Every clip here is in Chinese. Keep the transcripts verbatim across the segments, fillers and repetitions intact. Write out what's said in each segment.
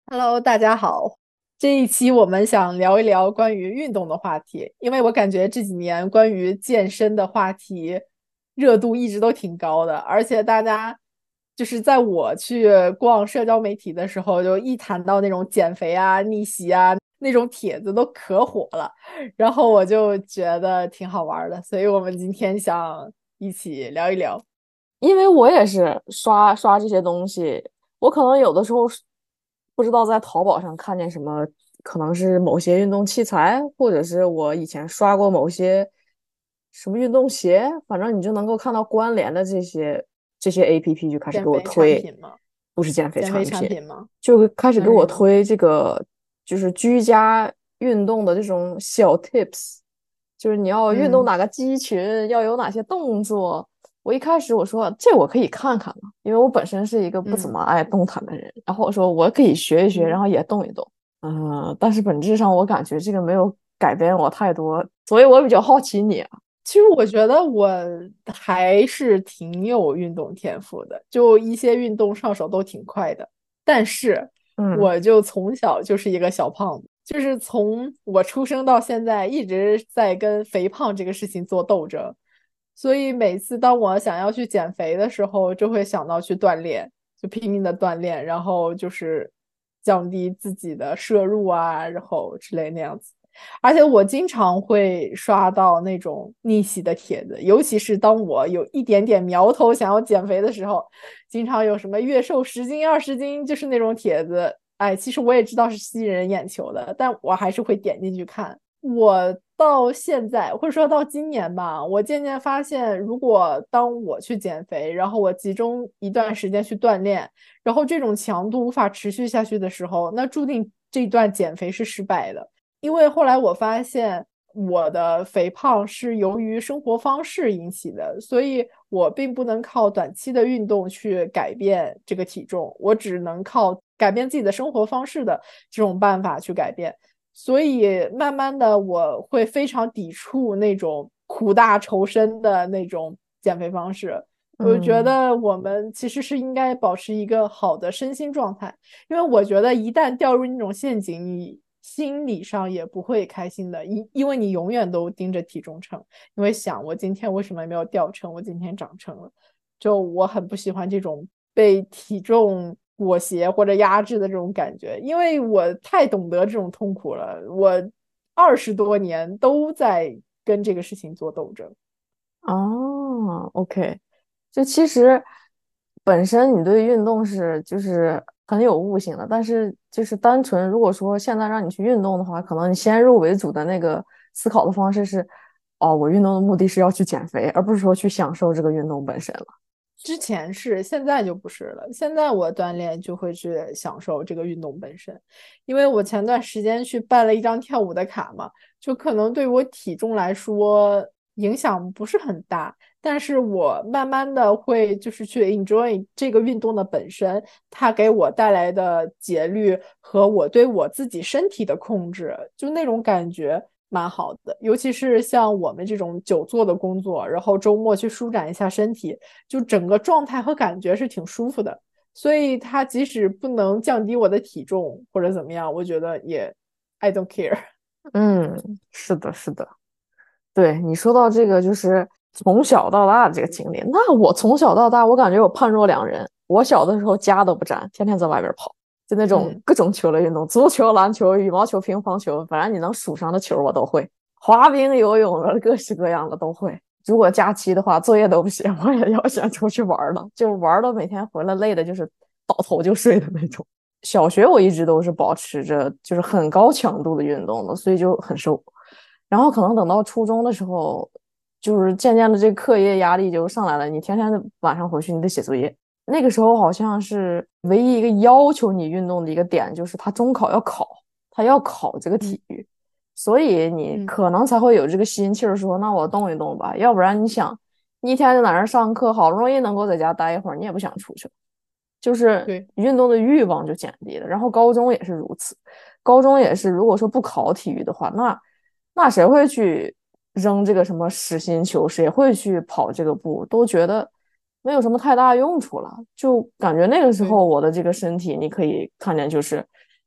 Hello，大家好。这一期我们想聊一聊关于运动的话题，因为我感觉这几年关于健身的话题热度一直都挺高的，而且大家就是在我去逛社交媒体的时候，就一谈到那种减肥啊、逆袭啊那种帖子都可火了，然后我就觉得挺好玩的，所以我们今天想一起聊一聊。 因为我也是刷刷这些东西，我可能有的时候是不知道在淘宝上看见什么，可能是某些运动器材，或者是我以前刷过某些什么运动鞋，反正你就能够看到关联的这些这些 A P P 就开始给我减肥产推， 品吗？ 不是减肥减肥产品， 产品吗？ 就开始给那是什么？ 我推这个就是居家运动的这种小 tips，就是你要运动嗯哪个肌群，要有哪些动作。我一开始我说这我可以看看嘛，因为我本身是一个不怎嗯么爱动弹的人，然后我说我可以学一学，然嗯。 后也动一动，嗯、但是本质上我感觉这个没有改变我太多，所以我比较好奇你啊。 其实我觉得我还是挺有运动天赋的，就一些运动上手都挺快的。但是嗯我就从小就是一个小胖子，就是从我出生到现在一直在跟肥胖这个事情做斗争。所以每次当我想要去减肥的时候，就会想到去锻炼，就拼命的锻炼，然后就是降低自己的摄入啊，然后之类那样子。而且我经常会刷到那种逆袭的帖子，尤其是当我有一点点苗头想要减肥的时候，经常有什么月瘦十斤、二十斤，就是那种帖子。哎，其实我也知道是吸引人眼球的，但我还是会点进去看。我到现在，或者说到今年吧，我渐渐发现，如果当我去减肥，然后我集中一段时间去锻炼，然后这种强度无法持续下去的时候，那注定这段减肥是失败的。因为后来我发现我的肥胖是由于生活方式引起的，所以我并不能靠短期的运动去改变这个体重，我只能靠改变自己的生活方式的这种办法去改变。所以慢慢的，我会非常抵触那种苦大仇深的那种减肥方式。我就觉嗯得我们其实是应该保持一个好的身心状态，因为我觉得一旦掉入那种陷阱，你心理上也不会开心的，因因为你永远都盯着体重秤，你会想我今天为什么没有掉秤，我今天长秤了。就我很不喜欢这种被体重裹挟或者压制的这种感觉，因为我太懂得这种痛苦了，我二十多年都在跟这个事情做斗争。 哦，OK，就其实本身你对运动是就是很有悟性的，但是就是单纯如果说现在让你去运动的话，可能你先入为主的那个思考的方式是，哦，我运动的目的是要去减肥，而不是说去享受这个运动本身了。 之前是，现在就不是了。现在我锻炼就会去享受这个运动本身，因为我前段时间去办了一张跳舞的卡嘛，就可能对我体重来说影响不是很大，但是我慢慢的会就是去 enjoy 这个运动的本身，它给我带来的节律和我对我自己身体的控制，就那种感觉。蛮好的，尤其是像我们这种久坐的工作，然后周末去舒展一下身体，就整个状态和感觉是挺舒服的。所以它即使不能降低我的体重或者怎么样，我觉得也 I don't care。 嗯，是的，是的。对你说到这个，就是从小到大的这个经历。那我从小到大，我感觉我判若两人。我小的时候家都不沾，天天在外边跑，就那种嗯， 各种球类运动，足球、篮球、羽毛球、乒乓球，反正你能数上的球我都会。滑冰、游泳的，各式各样的都会。如果假期的话，作业都不写，我也要先出去玩了，就玩到每天回来累的，就是倒头就睡的那种。小学我一直都是保持着就是很高强度的运动的，所以就很瘦。然后可能等到初中的时候，就是渐渐的这个课业压力就上来了，你天天晚上回去你得写作业。那个时候好像是唯一一个要求你运动的一个点，就是他中考要考，他要考这个嗯体育，所以你嗯， 可能才会有这个心气儿说，那我动一动吧，要不然你想，你一天就在那儿上课，好不容易能够在家待一会儿，你也不想出去，就是对运动的欲望就减低了。然后高中也是如此，高中也是，如果说不考体育的话，那那谁会去扔这个什么实心球？谁会去跑这个步？都觉得没有什么太大用处了。就感觉那个时对， 候我的这个身体，你可以看见就是。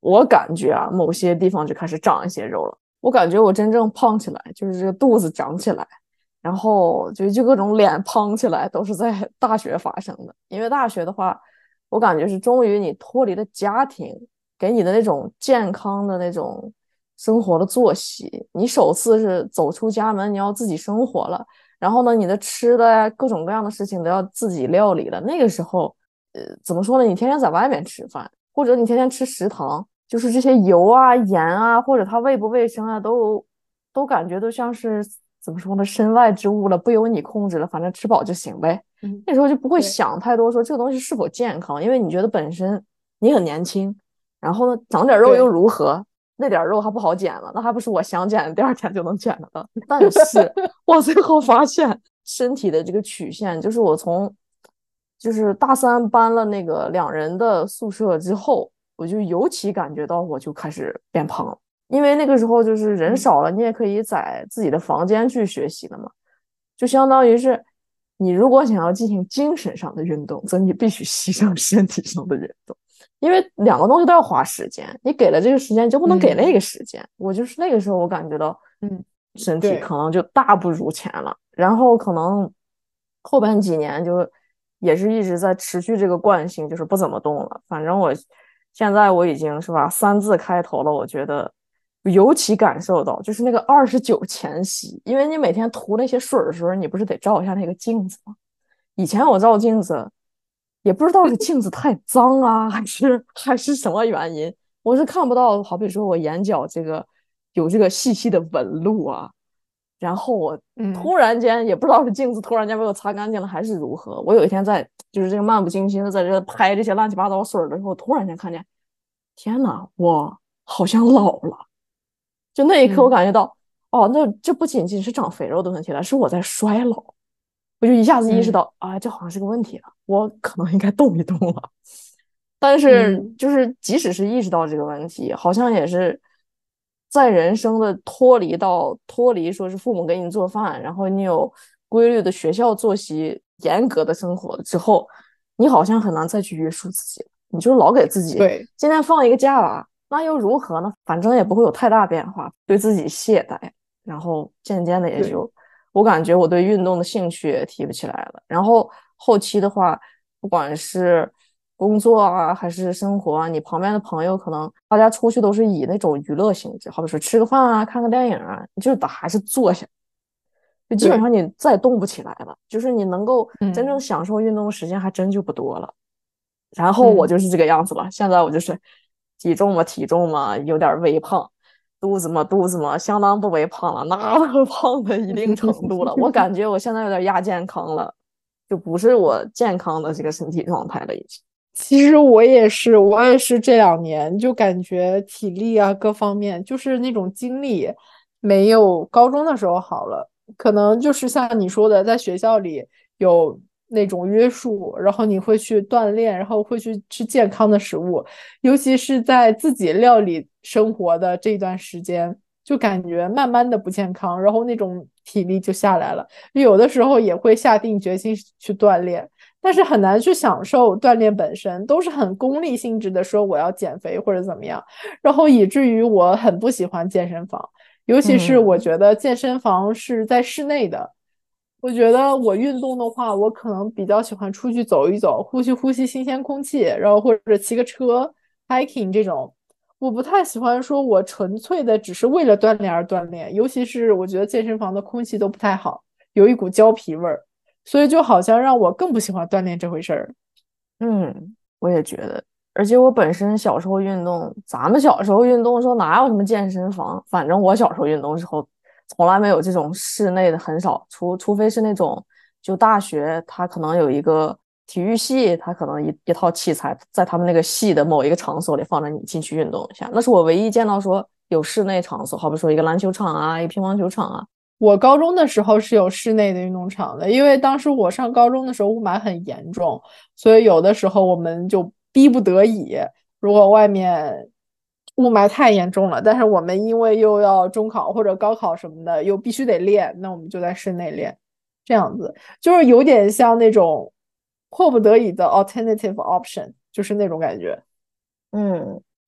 我感觉啊，某些地方就开始长一些肉了。我感觉我真正胖起来，就是这个肚子长起来，然后就就各种脸胖起来，都是在大学发生的。因为大学的话，我感觉是终于你脱离了家庭给你的那种健康的那种生活的作息，你首次是走出家门，你要自己生活了。然后呢，你的吃的呀，各种各样的事情都要自己料理了。那个时候，呃，怎么说呢？你天天在外面吃饭，或者你天天吃食堂，就是这些油啊、盐啊，或者它卫不卫生啊，都都感觉都像是怎么说呢，身外之物了，不由你控制了，反正吃饱就行呗。 嗯， 那时候就不会对想太多，说这个东西是否健康，因为你觉得本身你很年轻，然后呢，长点肉又对， 如何？那点肉还不好减了，那还不是我想减，第二天就能减了的。但是我最后发现，身体的这个曲线，就是我从就是大三搬了那个两人的宿舍之后，我就尤其感觉到我就开始变胖了。因为那个时候就是人嗯少了，你也可以在自己的房间去学习了嘛，就相当于是你如果想要进行精神上的运动，则你必须牺牲身体上的运动。因为两个东西都要花时间，你给了这个时间，就不能给那嗯个时间。我就是那个时候，我感觉到嗯， 身体对， 可能就大不如前了。然后可能后边几年就也是一直在持续这个惯性，就是不怎么动了。反正我现在我已经是吧三字开头了，我觉得尤其感受到就是那个二十九前夕，因为你每天涂那些水的时候，你不是得照一下那个镜子吗？以前我照镜子，也不知道是镜子太脏啊，还是还是什么原因，我是看不到。好比说我眼角这个有这个细细的纹路啊，然后我嗯突然间也不知道是镜子突然间被我擦干净了，还是如何。我有一天在就是这个漫不经心的在这拍这些乱七八糟水的时候，突然间看见，天呐，我好像老了。就那一刻，我嗯感觉到，哦，那这不仅仅是长肥肉的问题了，是我在衰老。我就一下子意识嗯到，啊，这好像是个问题了，我可能应该动一动了。但是， 嗯， 就是即使是意识到这个问题，好像也是在人生的脱离到脱离，说是父母给你做饭，然后你有规律的学校作息、严格的生活之后，你好像很难再去约束自己了。你就老给自己对今天放一个假吧，那又如何呢？反正也不会有太大变化，对自己懈怠，然后渐渐的也对， 就，我感觉我对运动的兴趣也提不起来了。然后后期的话，不管是工作啊还是生活啊，你旁边的朋友可能大家出去都是以那种娱乐性质，好比说吃个饭啊、看个电影啊，就是打还是坐下，就基本对， 上你再动不起来了，就是你能够真正嗯享受运动的时间还真就不多了。然后我嗯。 就是这个样子了，现在我就是体重嘛，体重嘛，有点微胖，肚子嘛，肚子嘛，相当不微胖了，那都胖到一定程度了。我感觉我现在有点亚健康了，就不是我健康的这个身体状态了，已经。 其实我也是，我也是这两年就感觉体力啊各方面，就是那种精力没有高中的时候好了。可能就是像你说的，在学校里有那种约束，然后你会去锻炼，然后会去吃健康的食物，尤其是在自己料理生活的这段时间，就感觉慢慢的不健康，然后那种体力就下来了。有的时候也会下定决心去锻炼。但是很难去享受锻炼本身，都是很功利性质的，说我要减肥或者怎么样，然后以至于我很不喜欢健身房，尤其是我嗯觉得健身房是在室内的，我觉得我运动的话，我可能比较喜欢出去走一走，呼吸呼吸新鲜空气，然后或者骑个车，hiking 这种。我不太喜欢说我纯粹的只是为了锻炼而锻炼，尤其是我觉得健身房的空气都不太好，有一股胶皮味儿。所以就好像让我更不喜欢锻炼这回事儿。 嗯，我也觉得。而且我本身小时候运动，咱们小时候运动的时候哪有什么健身房？反正我小时候运动的时候，从来没有这种室内的，很少，除除非是那种就大学，它可能有一个体育系，它可能一一套器材在他们那个系的某一个场所里放着，你进去运动一下。那是我唯一见到说有室内场所，好比说一个篮球场啊，一个乒乓球场啊。 我高中的时候是有室内的运动场的，因为当时我上高中的时候雾霾很严重，所以有的时候我们就逼不得已，如果外面雾霾太严重了，但是我们因为又要中考或者高考什么的，又必须得练，那我们就在室内练，这样子就是有点像那种迫不得已的 alternative option，就是那种感觉。 嗯，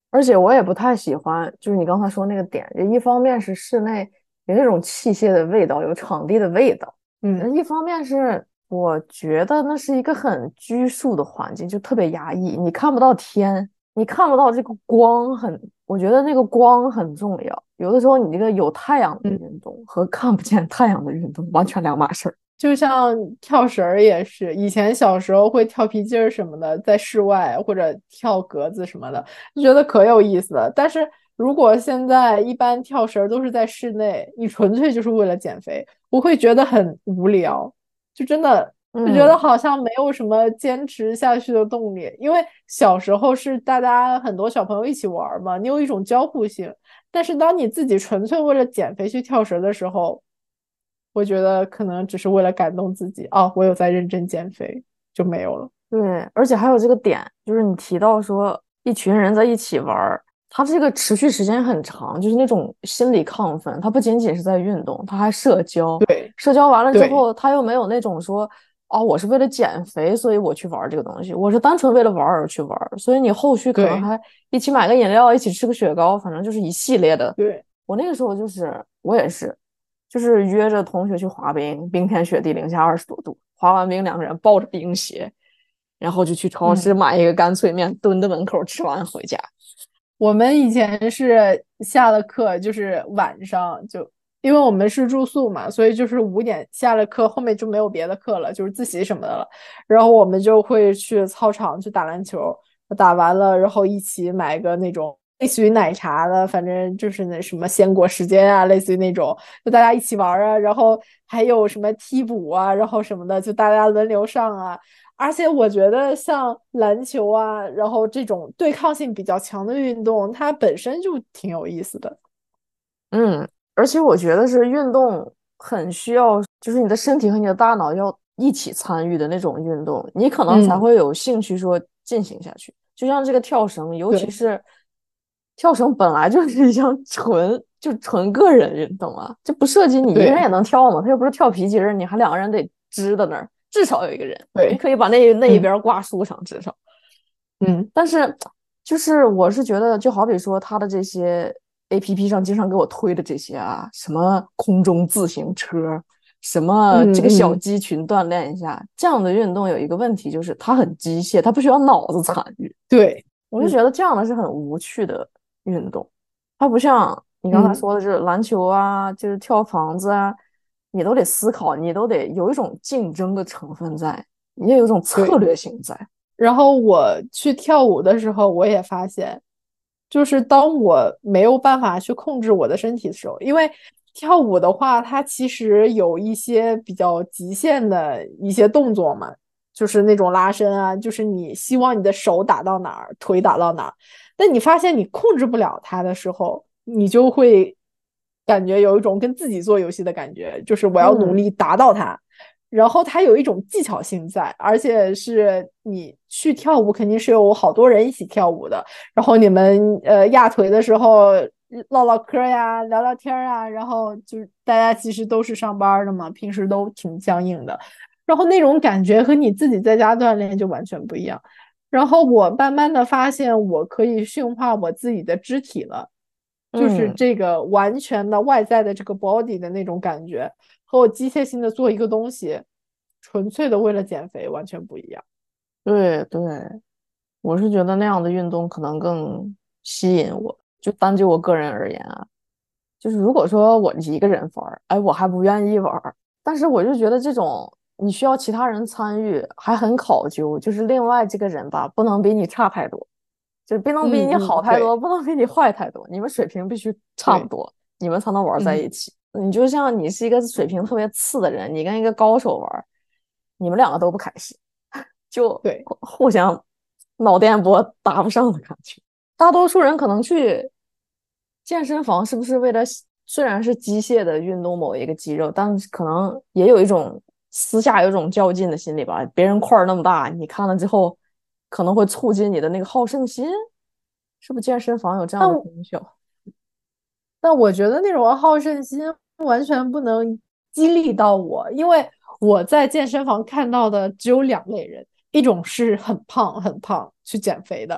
而且我也不太喜欢，就是你刚才说那个点，就一方面是室内有那种器械的味道，有场地的味道， 嗯， 一方面是我觉得那是一个很拘束的环境，就特别压抑，你看不到天，你看不到这个光很，我觉得那个光很重要。有的时候你这个有太阳的嗯， 运动和看不见太阳的运动完全两码事儿。 就像跳绳儿也是，以前小时候会跳皮筋儿什么的，在室外或者跳格子什么的，就觉得可有意思了。但是如果现在一般跳绳儿都是在室内，你纯粹就是为了减肥，我会觉得很无聊，就真的就觉得嗯好像没有什么坚持下去的动力。因为小时候是大家很多小朋友一起玩儿嘛，你有一种交互性。但是当你自己纯粹为了减肥去跳绳的时候，我觉得可能只是为了感动自己啊，我有在认真减肥，就没有了。 对，而且还有这个点，就是你提到说一群人在一起玩儿，它这个持续时间很长，就是那种心理亢奋，它不仅仅是在运动，它还社交。 对社交完了之对后，他又没有那种说，哦，我是为了减肥，所以我去玩儿这个东西，我是单纯为了玩儿而去玩儿，所以你后续可能对还一起买个饮料，一起吃个雪糕，反正就是一系列的。 对， 我那个时候就是我也是，就是约着同学去滑冰，冰天雪地，零下二十多度，滑完冰两个人抱着冰鞋。然后就去超市嗯， 买一个干脆面，蹲在门口吃完回家。 我们以前是下了课就是晚上就，因为我们是住宿嘛，所以就是五点下了课，后面就没有别的课了，就是自习什么的了。然后我们就会去操场去打篮球，打完了，然后一起买个那种类似于奶茶的，反正就是那什么鲜果时间啊，类似于那种，就大家一起玩啊。然后还有什么踢补啊，然后什么的，就大家轮流上啊。而且我觉得像篮球啊，然后这种对抗性比较强的运动，它本身就挺有意思的。 嗯，而且我觉得是运动很需要，就是你的身体和你的大脑要一起参与的那种运动，你可能才嗯， 会有兴趣说进行下去。就像这个跳绳，尤其对是跳绳本来就是一项纯就纯个人运动啊，这不涉及你一个人也对能跳嘛，他又不是跳皮筋儿，你还两个人得支在那儿，至少有一个人，你对， 可以把那那一嗯边挂树上，至少。 嗯， 但是就是我是觉得，就好比说他的这些 A P P 上经常给我推的这些啊，什么空中自行车，什么这个小嗯嗯， 肌群锻炼一下，这样的运动有一个问题，就是它很机械，它不需要脑子参与。 对， 我就嗯觉得这样的是很无趣的运动，它不像你刚才嗯， 说的，就是篮球啊，就是跳房子啊，你都得思考，你都得有一种竞争的成分在，你也有一种策对。 略性在。 然后我去跳舞的时候，我也发现，就是当我没有办法去控制我的身体的时候，因为跳舞的话，它其实有一些比较极限的一些动作嘛，就是那种拉伸啊，就是你希望你的手打到哪儿，腿打到哪儿，那你发现你控制不了它的时候，你就会感觉有一种跟自己做游戏的感觉，就是我要努嗯。 力达到它。然后它有一种技巧性在，而且是你去跳舞肯定是有好多人一起跳舞的，然后你们呃压腿的时候唠唠嗑呀，聊聊天啊，然后就是大家其实都是上班的嘛，平时都挺僵硬的，然后那种感觉和你自己在家锻炼就完全不一样。然后我慢慢的发现，我可以驯化我自己的肢体了，就是嗯， 这个完全的外在的这个 body 的那种感觉。和我机械性的做一个东西，纯粹的为了减肥完全不一样。 对对，我是觉得那样的运动可能更吸引我。就单就我个人而言啊，就是如果说我一个人玩儿，哎，我还不愿意玩儿。但是我就觉得这种你需要其他人参与，还很考究。就是另外这个人吧，不能比你差太多，就是不能比你嗯嗯， 好太多， 对不能比你坏太多，你们水平必须差不对， 多，你们才能玩在嗯一起。你就像你是一个水平特别次的人，你跟一个高手玩儿，你们两个都不开心。就对。 互相脑电波搭不上的感觉。大多数人可能去健身房是不是为了虽然是机械的运动某一个肌肉，但可能也有一种私下有一种较劲的心理吧。别人块儿那么大，你看了之后可能会促进你的那个好胜心，是不是健身房有这样的但功效？ 但我觉得那种好胜心完全不能激励到我，因为我在健身房看到的只有两类人，一种是很胖很胖去减肥的，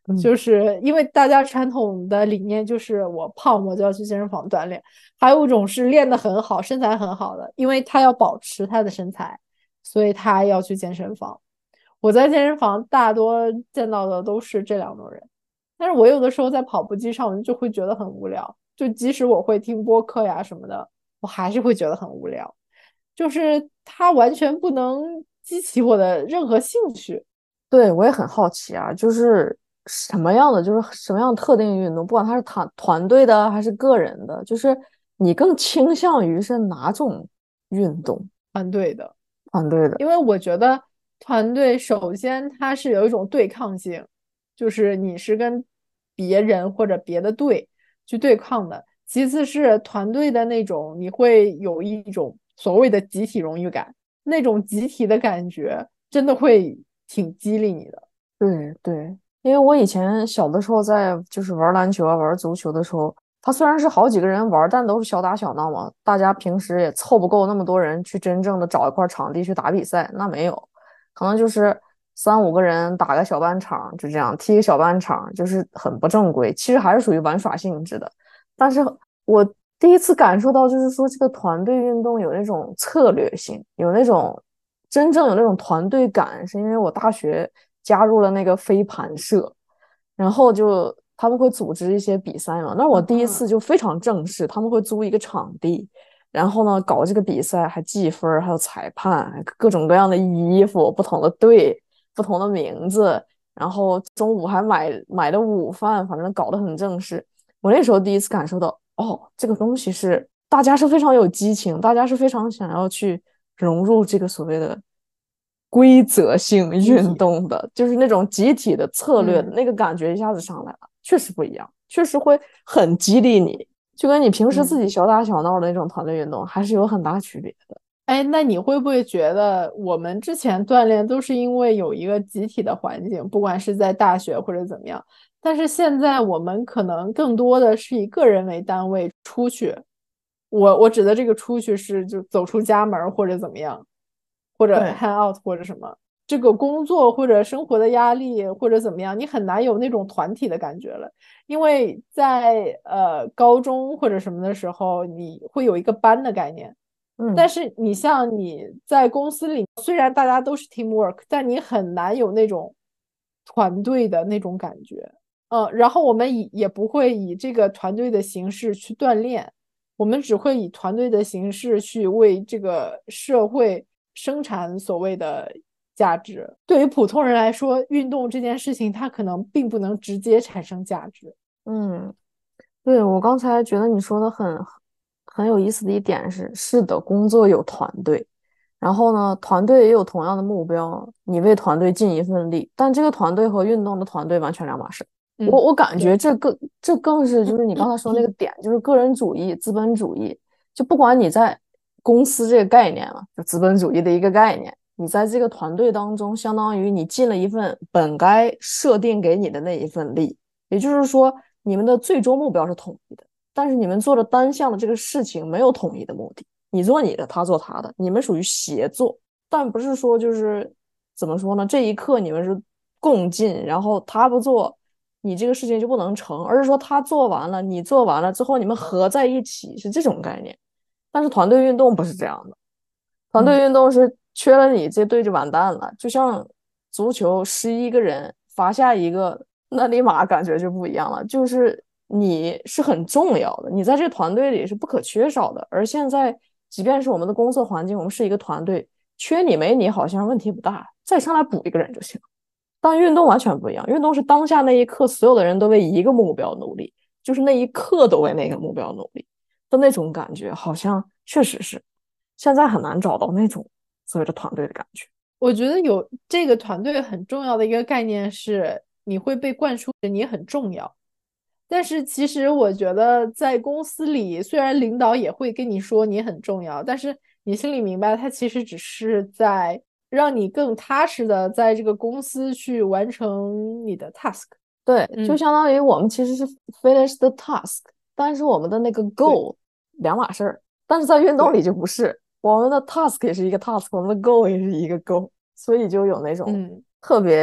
嗯就是因为大家传统的理念就是我胖我就要去健身房锻炼，还有一种是练得很好，身材很好的，因为他要保持他的身材，所以他要去健身房。我在健身房大多见到的都是这两种人，但是我有的时候在跑步机上，我就会觉得很无聊，就即使我会听播客呀什么的，我还是会觉得很无聊，就是它完全不能激起我的任何兴趣。 对，我也很好奇啊，就是什么样的，就是什么样的特定运动，不管它是团团队的还是个人的，就是你更倾向于是哪种运动？ 团队的。 团队的， 因为我觉得团队首先它是有一种对抗性，就是你是跟别人或者别的队去对抗的。其次是团队的那种，你会有一种所谓的集体荣誉感，那种集体的感觉真的会挺激励你的。 对对，因为我以前小的时候在就是玩篮球啊、玩足球的时候，他虽然是好几个人玩，但都是小打小闹嘛，大家平时也凑不够那么多人去真正的找一块场地去打比赛，那没有，可能就是三五个人打个小半场，就这样踢个小半场，就是很不正规，其实还是属于玩耍性质的。但是我第一次感受到，就是说这个团队运动有那种策略性，有那种真正有那种团队感，是因为我大学加入了那个飞盘社，然后就他们会组织一些比赛嘛。那我第一次嗯， 就非常正式，他们会租一个场地，然后呢搞这个比赛，还计分，还有裁判，各种各样的衣服，不同的队，不同的名字，然后中午还买买的午饭，反正搞得很正式。我那时候第一次感受到，哦，这个东西是大家是非常有激情，大家是非常想要去融入这个所谓的规则性运集体。 动的，就是那种集体的策略的嗯那个感觉一下子上来了，确实不一样，确实会很激励你，就跟你平时自嗯。 己小打小闹的那种团队运动还是有很大区别的。 哎，那你会不会觉得我们之前锻炼都是因为有一个集体的环境，不管是在大学或者怎么样，但是现在我们可能更多的是以个人为单位出去。我我指的这个出去是就走出家门儿或者怎么样，或者对， hang out 或者什么。这个工作或者生活的压力或者怎么样，你很难有那种团体的感觉了，因为在呃高中或者什么的时候，你会有一个班的概念。但嗯是你像你在公司里，虽然大家都是 teamwork，但你很难有那种团队的那种感觉。嗯，然后我们以也不会以这个团队的形式去锻炼，我们只会以团队的形式去为这个社会生产所谓的价值。对于普通人来说，运动这件事情，它可能并不能直接产生价值。 嗯。对，我刚才觉得你说的很很有意思的一点是，是的，工作有团队，然后呢，团队也有同样的目标，你为团队尽一份力，但这个团队和运动的团队完全两码事。我嗯， 我感觉对。 这更这更是就是你刚才说那个点，就是个人主义、资本主义，就不管你在公司这个概念嘛，就资本主义的一个概念，你在这个团队当中，相当于你尽了一份本该设定给你的那一份力。也就是说，你们的最终目标是统一的，但是你们做的单项的这个事情没有统一的目的，你做你的，他做他的，你们属于协作，但不是说就是怎么说呢？这一刻你们是共进，然后他不做，你这个事情就不能成，而是说他做完了，你做完了之后，你们合在一起是这种概念。但是团队运动不是这样的，团嗯。 队运动是缺了你这队就完蛋了，就像足球十一个人罚下一个，那立马感觉就不一样了，就是你是很重要的，你在这团队里是不可缺少的。而现在，即便是我们的工作环境，我们是一个团队，缺你没你好像问题不大，再上来补一个人就行。但运动完全不一样，运动是当下那一刻，所有的人都为一个目标努力，就是那一刻都为那个目标努力的那种感觉，好像确实是现在很难找到那种所谓的团队的感觉。 我觉得有这个团队很重要的一个概念是，你会被灌输你很重要。但是其实我觉得在公司里，虽然领导也会跟你说你很重要，但是你心里明白，他其实只是在让你更踏实的在这个公司去完成你的 task。 对，就嗯， 相当于我们其实是 finish the task，但是我们的那个对 goal 两码事儿。但是在运动里对。 就不是，我们的 task 也是一个 task，我们的 goal 也是一个 goal，所以就有那种嗯。 特别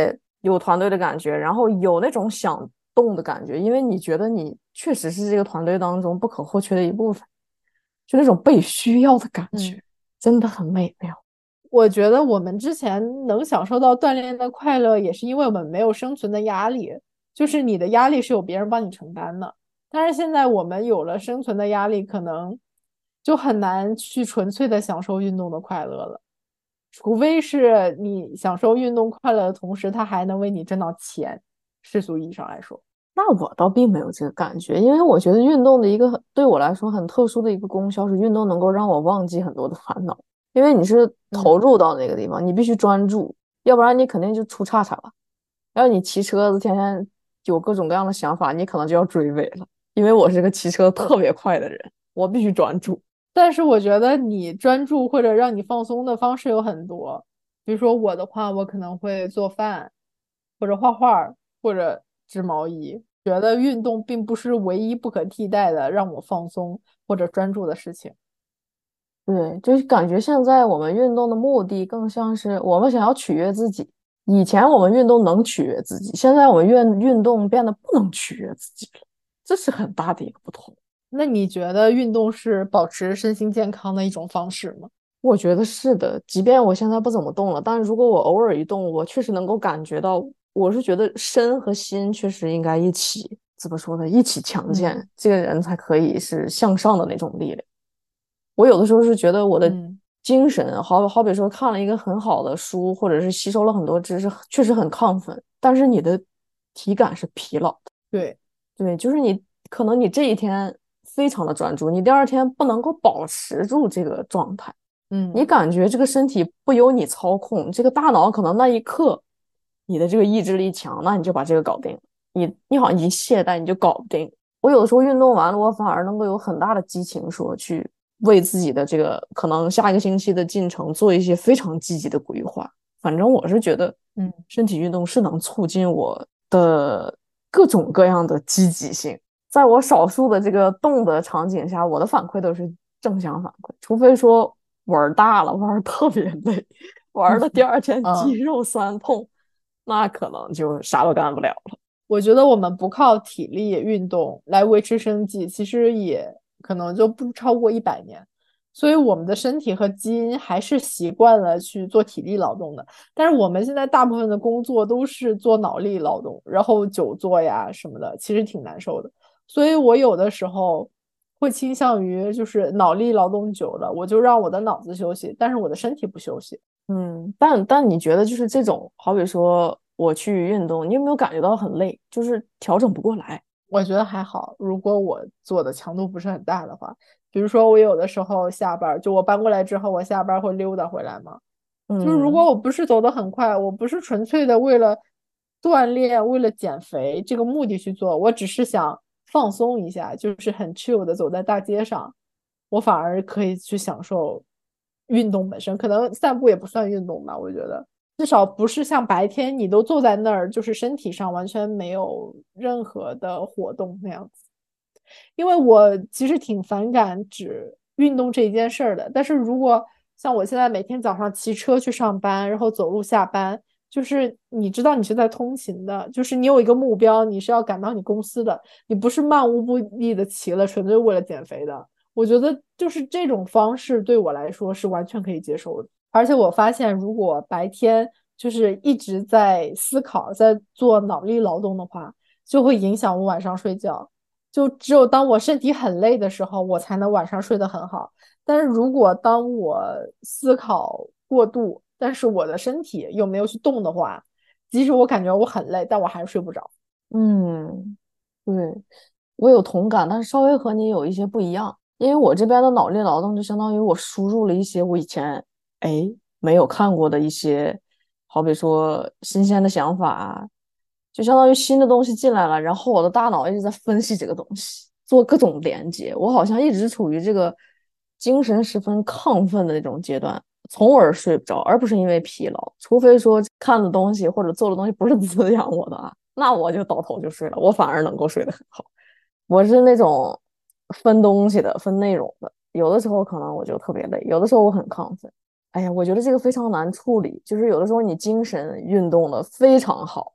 有团队的感觉，然后有那种想动的感觉，因为你觉得你确实是这个团队当中不可或缺的一部分，就那种被需要的感觉， 嗯， 真的很美妙。 我觉得我们之前能享受到锻炼的快乐，也是因为我们没有生存的压力，就是你的压力是有别人帮你承担的。但是现在我们有了生存的压力，可能就很难去纯粹的享受运动的快乐了。除非是你享受运动快乐的同时，它还能为你挣到钱，世俗意义上来说。 那我倒并没有这个感觉，因为我觉得运动的一个对我来说很特殊的一个功效是，运动能够让我忘记很多的烦恼，因为你是投嗯入到那个地方，你必须专注，要不然你肯定就出岔岔了。要你骑车子，天天有各种各样的想法，你可能就要追尾了。因为我是个骑车特别快的人，我必须专注。 但是我觉得你专注或者让你放松的方式有很多，比如说我的话，我可能会做饭，或者画画，或者织毛衣。觉得运动并不是唯一不可替代的让我放松或者专注的事情。 对，就是感觉现在我们运动的目的更像是我们想要取悦自己。以前我们运动能取悦自己，现在我们运运动变得不能取悦自己了，这是很大的一个不同。 那你觉得运动是保持身心健康的一种方式吗？ 我觉得是的，即便我现在不怎么动了，但是如果我偶尔一动，我确实能够感觉到，我是觉得身和心确实应该一起，怎么说呢，一起强健， 嗯这个人才可以是向上的那种力量。我有的时候是觉得我的嗯， 精神，好好比说看了一个很好的书，或者是吸收了很多知识，确实很亢奋，但是你的体感是疲劳的。 对， 对，就是你可能你这一天非常的专注，你第二天不能够保持住这个状态。你嗯。 感觉这个身体不由你操控，这个大脑可能那一刻你的这个意志力强，那你就把这个搞定了。你你好像一懈怠，你就搞不定。我有的时候运动完了，我反而能够有很大的激情，说去为自己的这个可能下一个星期的进程做一些非常积极的规划。反正我是觉得， 嗯， 身体运动是能促进我的各种各样的积极性。在我少数的这个动的场景下，我的反馈都是正向反馈，除非说玩大了，玩特别累，玩的第二天肌嗯， 肉酸痛，那可能就啥都干不了了。 我觉得我们不靠体力运动来维持生计，其实也可能就不超过一百年。所以我们的身体和基因还是习惯了去做体力劳动的。但是我们现在大部分的工作都是做脑力劳动，然后久坐呀什么的，其实挺难受的。所以我有的时候会倾向于就是脑力劳动久了，我就让我的脑子休息，但是我的身体不休息。 嗯，但但你觉得就是这种，好比说我去运动，你有没有感觉到很累，就是调整不过来？ 我觉得还好，如果我做的强度不是很大的话，比如说我有的时候下班，就我搬过来之后，我下班会溜达回来嘛。就是如果嗯我不是走得很快，我不是纯粹的为了锻炼、为了减肥这个目的去做，我只是想放松一下，就是很 chill 的走在大街上，我反而可以去享受运动本身。可能散步也不算运动吧，我觉得。至少不是像白天你都坐在那儿，就是身体上完全没有任何的活动那样子。因为我其实挺反感只运动这一件事儿的，但是如果像我现在每天早上骑车去上班，然后走路下班，就是你知道你是在通勤的，就是你有一个目标，你是要赶到你公司的，你不是漫无目的的骑了，纯粹为了减肥的。我觉得就是这种方式对我来说是完全可以接受的。而且我发现，如果白天就是一直在思考，在做脑力劳动的话，就会影响我晚上睡觉。就只有当我身体很累的时候，我才能晚上睡得很好。但是如果当我思考过度，但是我的身体又没有去动的话，即使我感觉我很累，但我还是睡不着。 嗯，对，我有同感，但是稍微和你有一些不一样，因为我这边的脑力劳动就相当于我输入了一些我以前哎没有看过的一些，好比说新鲜的想法啊，就相当于新的东西进来了，然后我的大脑一直在分析这个东西，做各种连接，我好像一直处于这个精神十分亢奋的那种阶段，从而睡不着，而不是因为疲劳，除非说看的东西或者做的东西不是滋养我的啊，那我就倒头就睡了，我反而能够睡得很好。我是那种分东西的，分内容的。有的时候可能我就特别累，有的时候我很亢奋。哎呀，我觉得这个非常难处理。就是有的时候你精神运动的非常好，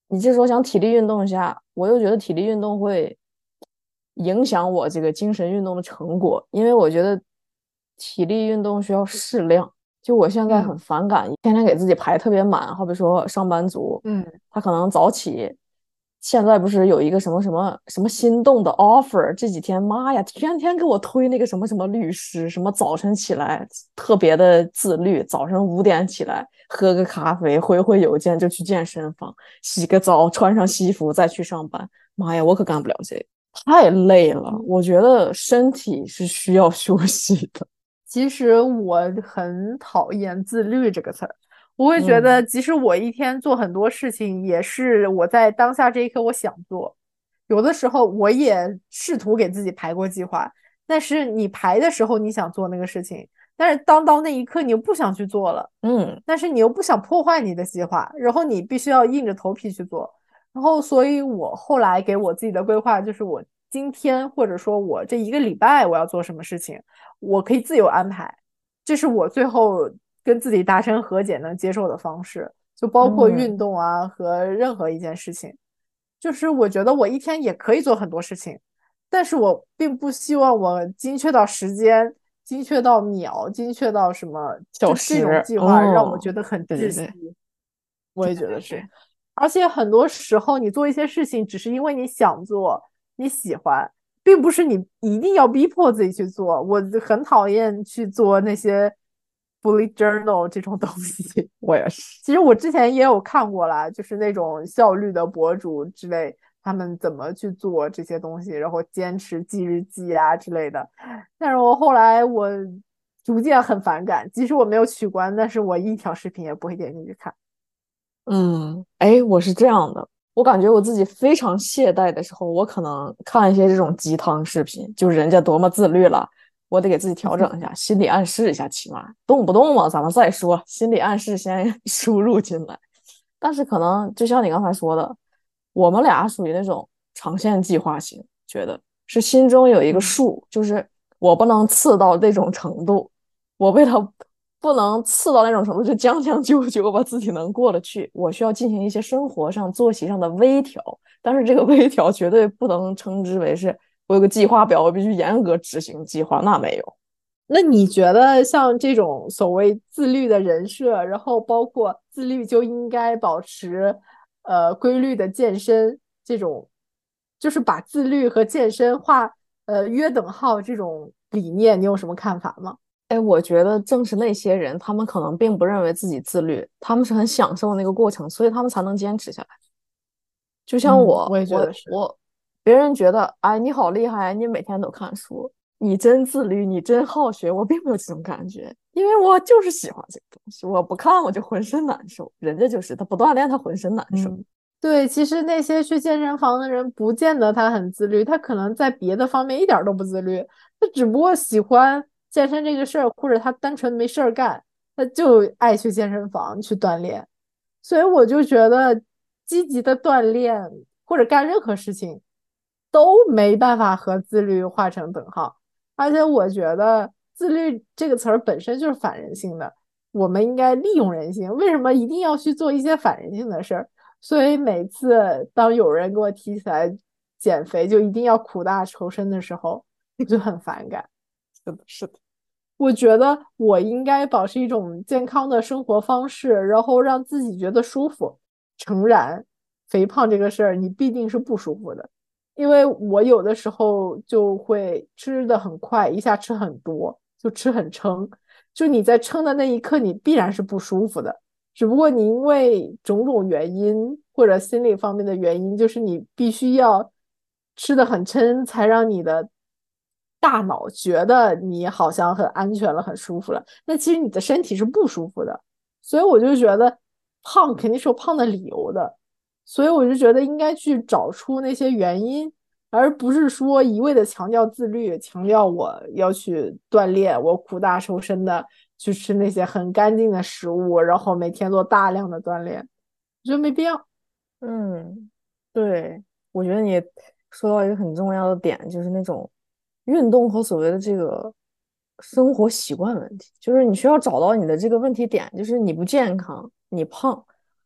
你这时候想体力运动一下，我又觉得体力运动会影响我这个精神运动的成果，因为我觉得体力运动需要适量。就我现在很嗯反感天天给自己排特别满，好比说上班族， 嗯他可能早起，现在不是有一个什么什么什么心动的 offer，这几天妈呀，天天给我推那个什么什么律师，什么早晨起来特别的自律，早上五点起来喝个咖啡，回回邮件就去健身房，洗个澡，穿上西服再去上班。妈呀，我可干不了这个，太累了。 嗯。 我觉得身体是需要休息的。 其实我很讨厌“自律”这个词儿，我会觉得， 嗯即使我一天做很多事情，也是我在当下这一刻我想做。有的时候我也试图给自己排过计划，但是你排的时候你想做那个事情，但是当到那一刻你又不想去做了， 嗯但是你又不想破坏你的计划，然后你必须要硬着头皮去做。然后，所以我后来给我自己的规划就是，我今天或者说我这一个礼拜我要做什么事情。我可以自由安排，这是我最后跟自己达成和解能接受的方式，就包括运嗯动啊和任何一件事情。就是我觉得我一天也可以做很多事情，但是我并不希望我精确到时间、精确到秒、精确到什么，就小这种时， 计划让我哦， 觉得很窒息。 对对对我也觉得是， 对， 而且很多时候你做一些事情，只是因为你想做，你喜欢，并不是你一定要逼迫自己去做。我很讨厌去做那些 bullet journal 这种东西。 我也是。 其实我之前也有看过啦，就是那种效率的博主之类，他们怎么去做这些东西，然后坚持记日记啊之类的。但是我后来我逐渐很反感，即使我没有取关，但是我一条视频也不会点进去看。 嗯，哎，我是这样的，我感觉我自己非常懈怠的时候，我可能看一些这种鸡汤视频，就人家多么自律了，我得给自己调整一下，心理暗示一下，起码动不动嘛，咱们再说，心理暗示先输入进来。但是可能就像你刚才说的，我们俩属于那种长线计划型，觉得是心中有一个嗯。 数，就是我不能次到这种程度，我为了不能次到那种程度，就将将就就把自己能过得去。我需要进行一些生活上、作息上的微调，但是这个微调绝对不能称之为是我有个计划表，我必须严格执行计划，那没有。 那你觉得像这种所谓自律的人设，然后包括自律就应该保持呃规律的健身这种，就是把自律和健身画呃约等号这种理念，你有什么看法吗？ 哎，我觉得正是那些人，他们可能并不认为自己自律，他们是很享受那个过程，所以他们才能坚持下来。就像嗯，我我， 也觉得是。 我我，别人觉得，哎，你好厉害，你每天都看书，你真自律，你真好学。我并没有这种感觉，因为我就是喜欢这个东西，我不看我就浑身难受。人家就是他不锻炼，他浑身难受。 嗯，对，其实那些去健身房的人，不见得他很自律，他可能在别的方面一点儿都不自律，他只不过喜欢健身这个事儿，或者他单纯没事儿干，他就爱去健身房去锻炼。所以我就觉得，积极的锻炼或者干任何事情，都没办法和自律画成等号。而且我觉得自律这个词儿本身就是反人性的，我们应该利用人性，为什么一定要去做一些反人性的事儿？所以每次当有人给我提起来减肥就一定要苦大仇深的时候，我就很反感。 是的，是的。 我觉得我应该保持一种健康的生活方式，然后让自己觉得舒服。诚然，肥胖这个事儿你必定是不舒服的，因为我有的时候就会吃的很快，一下吃很多，就吃很撑。就你在撑的那一刻，你必然是不舒服的。只不过你因为种种原因或者心理方面的原因，就是你必须要吃的很撑，才让你的大脑觉得你好像很安全了，很舒服了。那其实你的身体是不舒服的，所以我就觉得胖肯定是有胖的理由的，所以我就觉得应该去找出那些原因，而不是说一味的强调自律，强调我要去锻炼，我苦大仇深的去吃那些很干净的食物，然后每天做大量的锻炼，我觉得没必要。 嗯，对，我觉得你说到一个很重要的点，就是那种运动和所谓的这个生活习惯问题，就是你需要找到你的这个问题点，就是你不健康，你胖，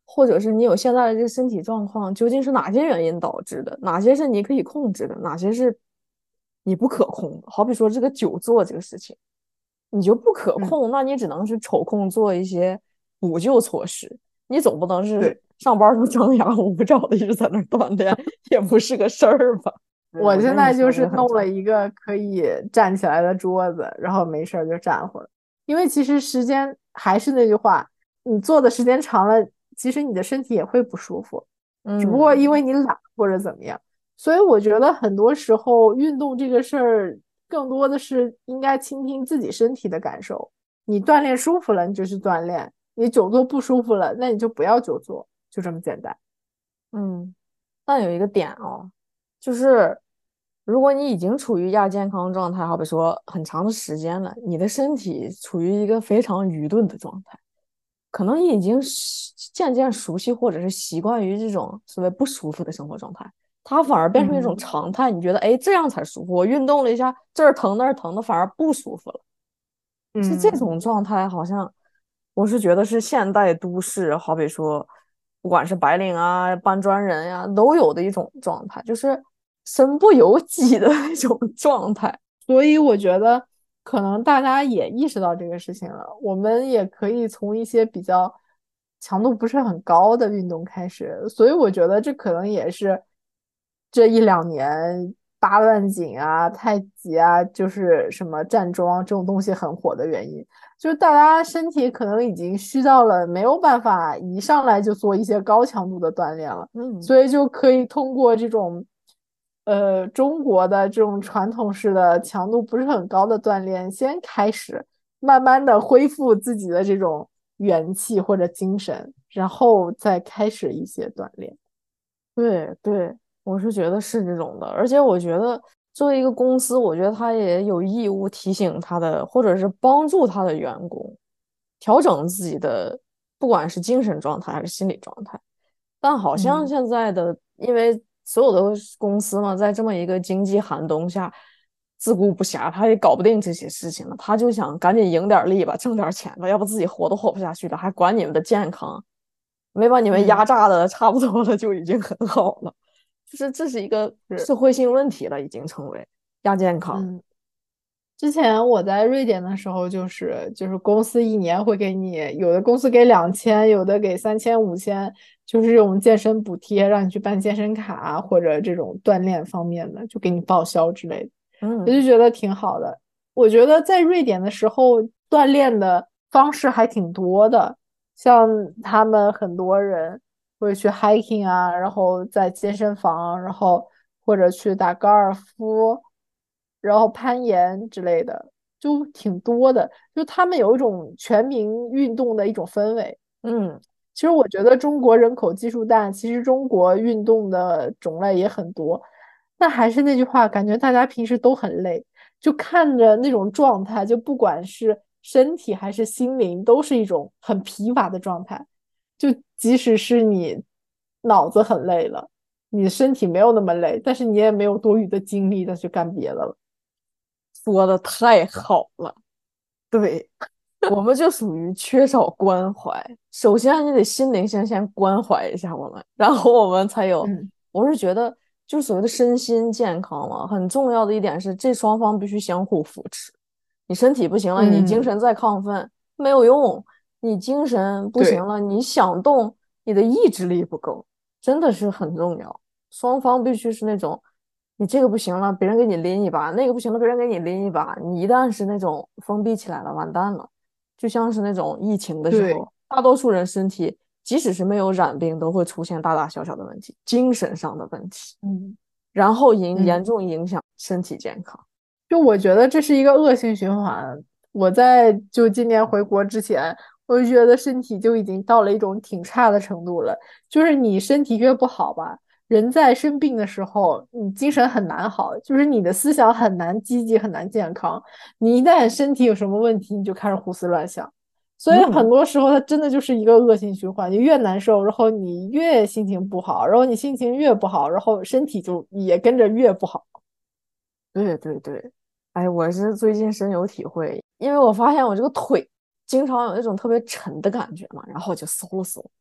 或者是你有现在的这个身体状况，究竟是哪些原因导致的？哪些是你可以控制的？哪些是你不可控的？好比说这个久坐这个事情，你就不可嗯， 控，那你只能是抽空做一些补救措施。你总不能是对。 上班都张牙舞爪的一直在那儿锻炼，也不是个事儿吧？对， 我我觉得你说这现在就是个很对。 弄了一个可以站起来的桌子，然后没事儿就站会儿。因为其实时间还是那句话，你坐的时间长了，其实你的身体也会不舒服，只不过因嗯为你懒或者怎么样。所以我觉得很多时候运动这个事儿，更多的是应该倾听自己身体的感受。你锻炼舒服了，你就去锻炼；你久坐不舒服了，那你就不要久坐，就这么简单。 嗯，但有一个点哦，就是如果你已经处于亚健康状态，好比说很长的时间了，你的身体处于一个非常愚钝的状态，可能你已经是渐渐熟悉或者是习惯于这种所谓不舒服的生活状态，它反而变成一种嗯常态。你觉得，哎，这样才舒服。我运动了一下，这儿疼那儿疼的，反而不舒服了。是这嗯。 种状态，好像我是觉得是现代都市，好比说，不管是白领啊、搬砖人呀、都有的一种状态，就是身不由己的那种状态。 所以我觉得可能大家也意识到这个事情了，我们也可以从一些比较强度不是很高的运动开始。所以我觉得这可能也是这一两年八段锦啊、太极啊，就是什么站桩这种东西很火的原因。就是大家身体可能已经虚到了没有办法一上来就做一些高强度的锻炼了。 嗯， 所以就可以通过这种，呃，中国的这种传统式的强度不是很高的锻炼，先开始，慢慢的恢复自己的这种元气或者精神，然后再开始一些锻炼。 对对，我是觉得是这种的，而且我觉得作为一个公司，我觉得他也有义务提醒他的，或者是帮助他的员工调整自己的，不管是精神状态还是心理状态。但好像嗯现在的，因为所有的公司嘛，在这么一个经济寒冬下，自顾不暇，他也搞不定这些事情了，他就想赶紧赢点利吧，挣点钱吧，要不自己活都活不下去了，还管你们的健康，没把你们压嗯， 榨的差不多了，就已经很好了。就是这是一个是， 社会性问题了，已经成为亚健康。 嗯。之前我在瑞典的时候，就是就是公司一年会给你，有的公司给两千，有的给三千、五千，就是这种健身补贴，让你去办健身卡啊或者这种锻炼方面的，就给你报销之类的，我就嗯觉得挺好的。我觉得在瑞典的时候，锻炼的方式还挺多的，像他们很多人会去 hiking 啊，然后在健身房，然后或者去打高尔夫。然后攀岩之类的，就挺多的。就他们有一种全民运动的一种氛围。 嗯， 其实我觉得中国人口基数大，其实中国运动的种类也很多。但还是那句话，感觉大家平时都很累，就看着那种状态，就不管是身体还是心灵，都是一种很疲乏的状态。就即使是你脑子很累了，你的身体没有那么累，但是你也没有多余的精力再去干别的了。 说的太好了。对，我们就属于缺少关怀。首先，你得心灵先先关怀一下我们，然后我们才有。 嗯我是觉得，就是所谓的身心健康嘛，很重要的一点是，这双方必须相互扶持。你身体不行了，你精嗯， 神再亢奋没有用；你精神不行对。 了，你想动，你的意志力不够，真的是很重要。双方必须是那种，你这个不行了，别人给你拎一把；那个不行了，别人给你拎一把。你一旦是那种封闭起来了，完蛋了。就像是那种疫情的时对。 候，大多数人身体即使是没有染病，都会出现大大小小的问题，精神上的问题， 嗯然后影严嗯， 重影响身体健康。 就我觉得这是一个恶性循环。我在就今年回国之前，我就觉得身体就已经到了一种挺差的程度了。就是你身体越不好吧，人在生病的时候，你精神很难好，就是你的思想很难积极，很难健康。你一旦身体有什么问题，你就开始胡思乱想。所以很嗯， 多时候它真的就是一个恶性循环，你越难受，然后你越心情不好，然后你心情越不好，然后身体就也跟着越不好。 对对对，哎，我是最近深有体会，因为我发现我这个腿经常有那种特别沉的感觉嘛，然后我就搜了搜，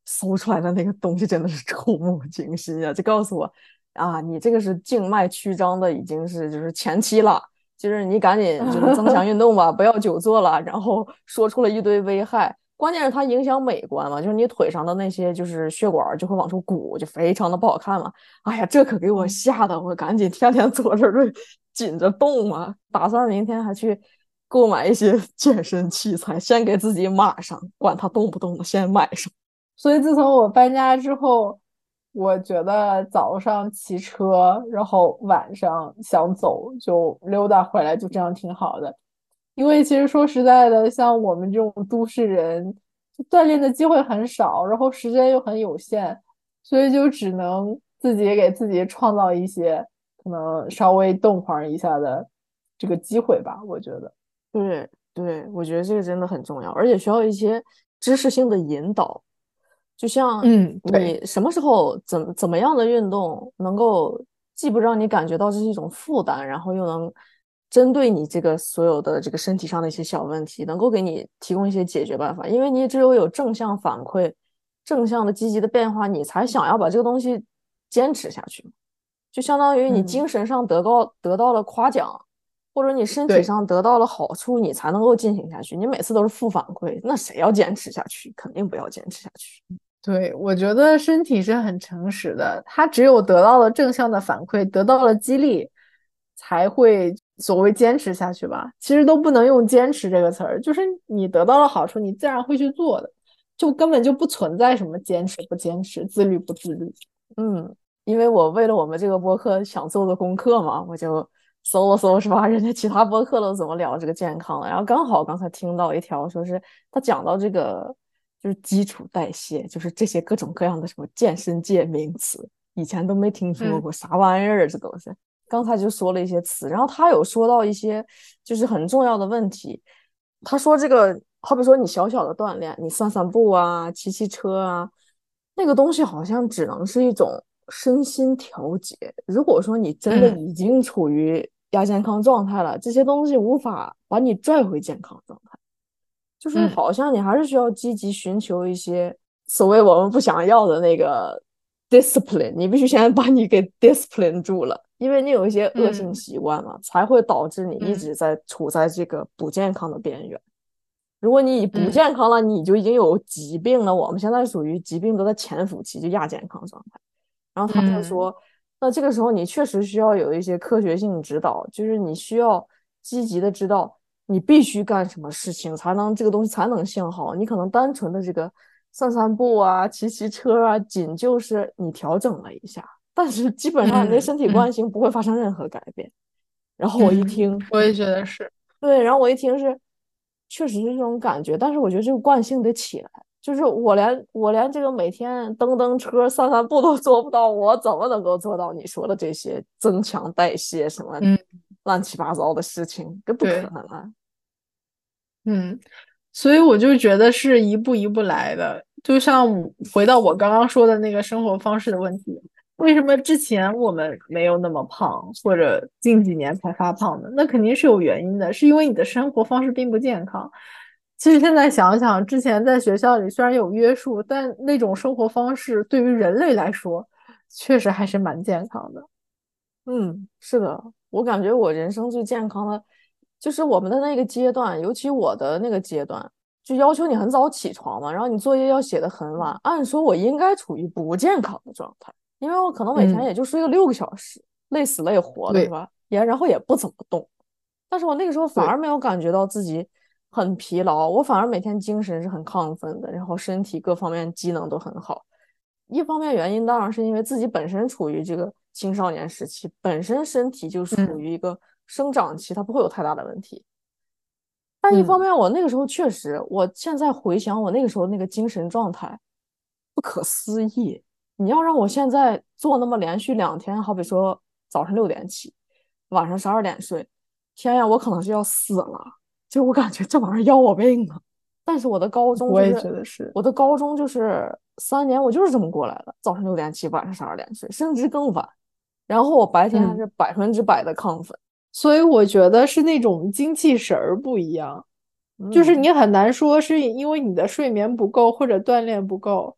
搜出来的那个东西真的是触目惊心啊！就告诉我啊，你这个是静脉曲张的，已经是就是前期了，就是你赶紧就是增强运动吧，不要久坐了。然后说出了一堆危害，关键是它影响美观嘛，就是你腿上的那些就是血管就会往出鼓，就非常的不好看嘛。哎呀，这可给我吓得我赶紧天天坐这儿紧着动啊，打算明天还去购买一些健身器材，先给自己码上，管它动不动的，先买上。 所以自从我搬家之后，我觉得早上骑车，然后晚上想走就溜达回来，就这样挺好的。因为其实说实在的，像我们这种都市人，锻炼的机会很少，然后时间又很有限，所以就只能自己给自己创造一些可能稍微动会儿一下的这个机会吧，我觉得。 对对，我觉得这个真的很重要，而且需要一些知识性的引导。就像嗯，对， 你什么时候怎怎么样的运动能够既不让你感觉到这是一种负担，然后又能针对你这个所有的这个身体上的一些小问题，能够给你提供一些解决办法。因为你只有有正向反馈、正向的积极的变化，你才想要把这个东西坚持下去。就相当于你嗯， 精神上得到得到了夸奖，或者你身体对。 上得到了好处，你才能够进行下去。你每次都是负反馈，那谁要坚持下去？肯定不要坚持下去。 对，我觉得身体是很诚实的，它只有得到了正向的反馈，得到了激励，才会所谓坚持下去吧。其实都不能用坚持这个词儿，就是你得到了好处，你自然会去做的，就根本就不存在什么坚持不坚持、自律不自律。 嗯，因为我为了我们这个播客想做个功课嘛，我就搜了搜，是吧？人家其他播客都怎么聊这个健康的，然后刚好刚才听到一条，说是他讲到这个就是基础代谢，就是这些各种各样的什么健身界名词，以前都没听说嗯过，啥玩意儿啊这都是。刚才就说了一些词，然后他有说到一些就是很重要的问题。他说这个，好比说你小小的锻炼，你散散步啊，骑骑车啊，那个东西好像只能是一种身心调节。如果说你真的嗯已经处于亚健康状态了，这些东西无法把你拽回健康状态，就是嗯好像你还是需要积极寻求一些所谓我们不想要的那个 discipline，你必须先把你给 discipline 住了，因为你有一些恶性嗯习惯嘛，才会导致你一嗯直在处在这个不健康的边缘。如果你不嗯健康了，你就已经有疾病了。我们现在属于疾病都在潜伏期，就亚健康状态。然后他就嗯说，那这个时候你确实需要有一些科学性指导，就是你需要积极的知道你必须干什么事情才能这个东西才能向好。你可能单纯的这个散散步啊、骑骑车啊，仅就是你调整了一下，但是基本上你的身体惯嗯嗯性不会发生任何改变。然后我一嗯， 听， 我也觉得是。 对，然后我一听是，确实是这种感觉，但是我觉得这个惯性得起来，就是我连我连这个每天蹬蹬车、散散步都做不到，我怎么能够做到你说的这些增强代谢什么嗯， 乱七八糟的事情？这不可对。 能啊！ 嗯，所以我就觉得是一步一步来的。就像回到我刚刚说的那个生活方式的问题，为什么之前我们没有那么胖，或者近几年才发胖的？那肯定是有原因的，是因为你的生活方式并不健康。其实现在想想，之前在学校里虽然有约束，但那种生活方式对于人类来说，确实还是蛮健康的。 嗯，是的，我感觉我人生最健康的，就是我们的那个阶段，尤其我的那个阶段，就要求你很早起床嘛，然后你作业要写得很晚。按说我应该处于不健康的状态，因为我可能每天嗯， 也就睡个六个小时，累死累活的是对吧？也然后也不怎么动，但是我那个时候反而对， 没有感觉到自己很疲劳，我反而每天精神是很亢奋的，然后身体各方面机能都很好。一方面原因当然是因为自己本身处于这个青少年时期，本身身体就处嗯于一个生长期，它不会有太大的问题。但一方嗯面，我那个时候确实，我现在回想我那个时候那个精神状态，不可思议。你要让我现在做那么连续两天，好比说早上六点起，晚上十二点睡，天呀，我可能是要死了。就我感觉这玩意儿要我命啊！但是我的高中我也就是觉得是。 我的高中就是三年，我就是这么过来的，早上六点起，晚上十二点睡，甚至更晚。然后我白天还嗯。 是百分之百的亢奋。 所以我觉得是那种精气神儿不一样，就是嗯你很难说是因为你的睡眠不够或者锻炼不够，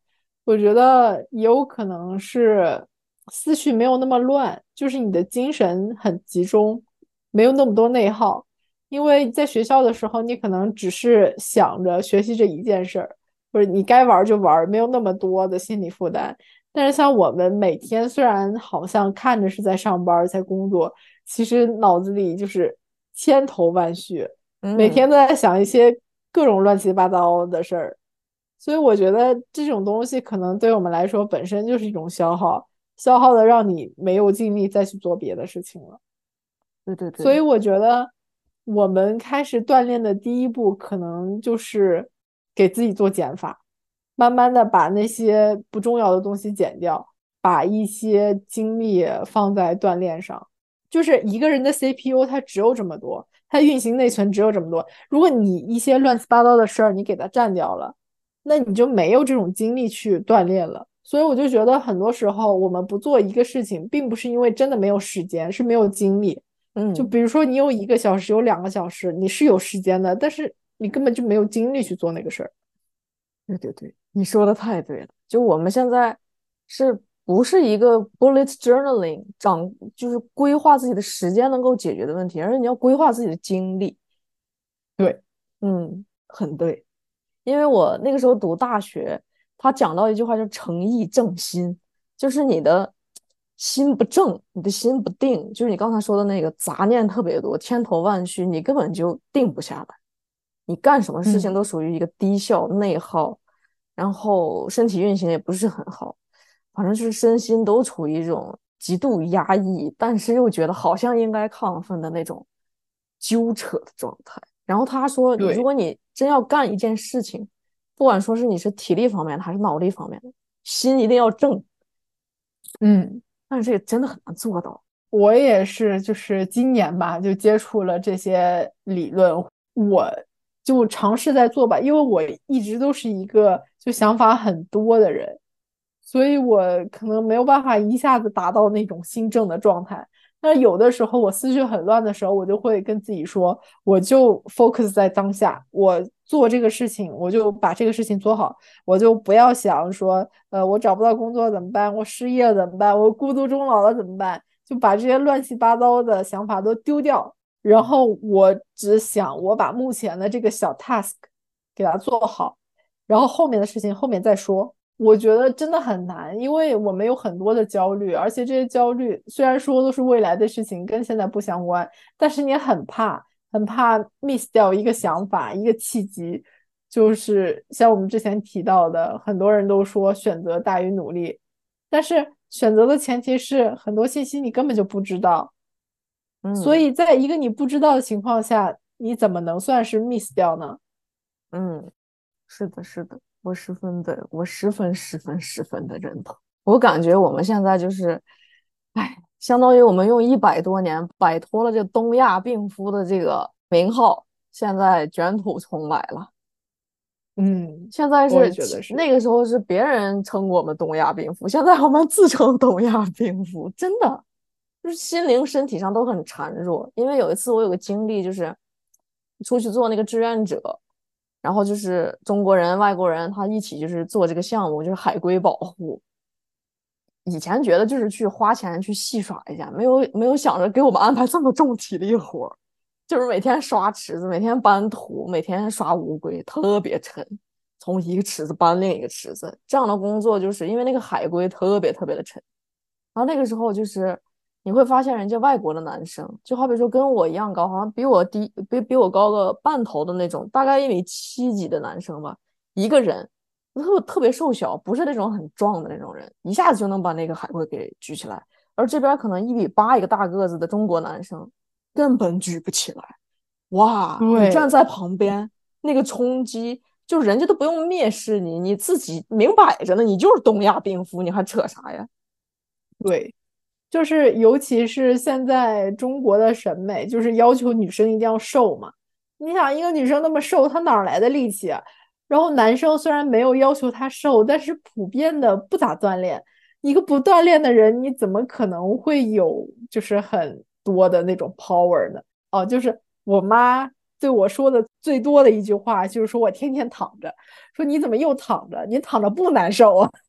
我觉得也有可能是思绪没有那么乱，就是你的精神很集中，没有那么多内耗。因为在学校的时候，你可能只是想着学习这一件事儿，或者你该玩就玩，没有那么多的心理负担。但是像我们每天虽然好像看着是在上班在工作，其实脑子里就是千头万绪，每嗯， 天都在想一些各种乱七八糟的事儿。所以我觉得这种东西可能对我们来说本身就是一种消耗，消耗的让你没有精力再去做别的事情了。 对对对， 所以我觉得我们开始锻炼的第一步，可能就是给自己做减法，慢慢的把那些不重要的东西减掉，把一些精力放在锻炼上。就是一个人的 C P U 它只有这么多，它运行内存只有这么多。如果你一些乱七八糟的事儿你给它占掉了，那你就没有这种精力去锻炼了。所以我就觉得很多时候我们不做一个事情，并不是因为真的没有时间，是没有精力。就嗯， 比如说你有一个小时，有两个小时，你是有时间的，但是你根本就没有精力去做那个事儿。 对对对，你说的太对了。就我们现在是不是一个 bullet journaling 掌就是规划自己的时间能够解决的问题，而是你要规划自己的精力。 对， 嗯，很对。因为我那个时候读大学，他讲到一句话叫“诚意正心”，就是你的心不正，你的心不定，就是你刚才说的那个杂念特别多，千头万绪，你根本就定不下来。你干什么事情嗯， 都属于一个低效、内耗，然后身体运行也不是很好，反正就是身心都处于一种极度压抑，但是又觉得好像应该亢奋的那种纠扯的状态。然后他说，如对， 果你真要干一件事情，不管说是你是体力方面的还是脑力方面的，心一定要正， 嗯。 但是这个真的很难做到。 我也是，就是今年吧，就接触了这些理论，我就尝试在做吧，因为我一直都是一个就想法很多的人，所以我可能没有办法一下子达到那种心正的状态。但是有的时候我思绪很乱的时候，我就会跟自己说，我就 focus 在当下，我做这个事情，我就把这个事情做好，我就不要想说，呃，我找不到工作怎么办？我失业了怎么办？我孤独终老了怎么办？就把这些乱七八糟的想法都丢掉，然后我只想我把目前的这个小 task 给它做好，然后后面的事情后面再说。我觉得真的很难，因为我们有很多的焦虑，而且这些焦虑虽然说都是未来的事情，跟现在不相关，但是你也很怕，很怕 miss 掉一个想法，一个契机。就是像我们之前提到的，很多人都说选择大于努力，但是选择的前提是很多信息你根本就不知道，所嗯以在一个你不知道的情况下，你怎么能算是 miss 掉呢？ 嗯，是的，是的，我十分的，我十分十分十分的认同。我感觉我们现在就是，哎，相当于我们用一百多年摆脱了这东亚病夫的这个名号，现在卷土重来了。 嗯， 现在我也是其觉得是。 那个时候是别人称我们东亚病夫，现在我们自称东亚病夫，真的就是心灵身体上都很孱弱。因为有一次我有个经历，就是出去做那个志愿者，然后就是中国人、外国人他一起就是做这个项目，就是海龟保护。以前觉得就是去花钱去戏耍一下，没有没有想着给我们安排这么重体力活儿，就是每天刷池子，每天搬土，每天刷乌龟，特别沉，从一个池子搬另一个池子，这样的工作就是因为那个海龟特别特别的沉。然后那个时候就是你会发现人家外国的男生，就好比说跟我一样高，好像比我低，比比我高个半头的那种，大概一米七几的男生吧，一个人特特别瘦小，不是那种很壮的那种人，一下子就能把那个海龟给举起来。而这边可能一米八一个大个子的中国男生根本举不起来。哇，你站对， 在旁边，那个冲击，就人家都不用蔑视你，你自己明摆着呢，你就是东亚病夫，你还扯啥呀？ 对，就是尤其是现在中国的审美，就是要求女生一定要瘦嘛。你想，一个女生那么瘦，她哪儿来的力气啊？然后男生虽然没有要求她瘦，但是普遍的不咋锻炼。一个不锻炼的人，你怎么可能会有就是很多的那种 power 呢？哦，就是我妈对我说的最多的一句话，就是说我天天躺着，说你怎么又躺着？你躺着不难受啊？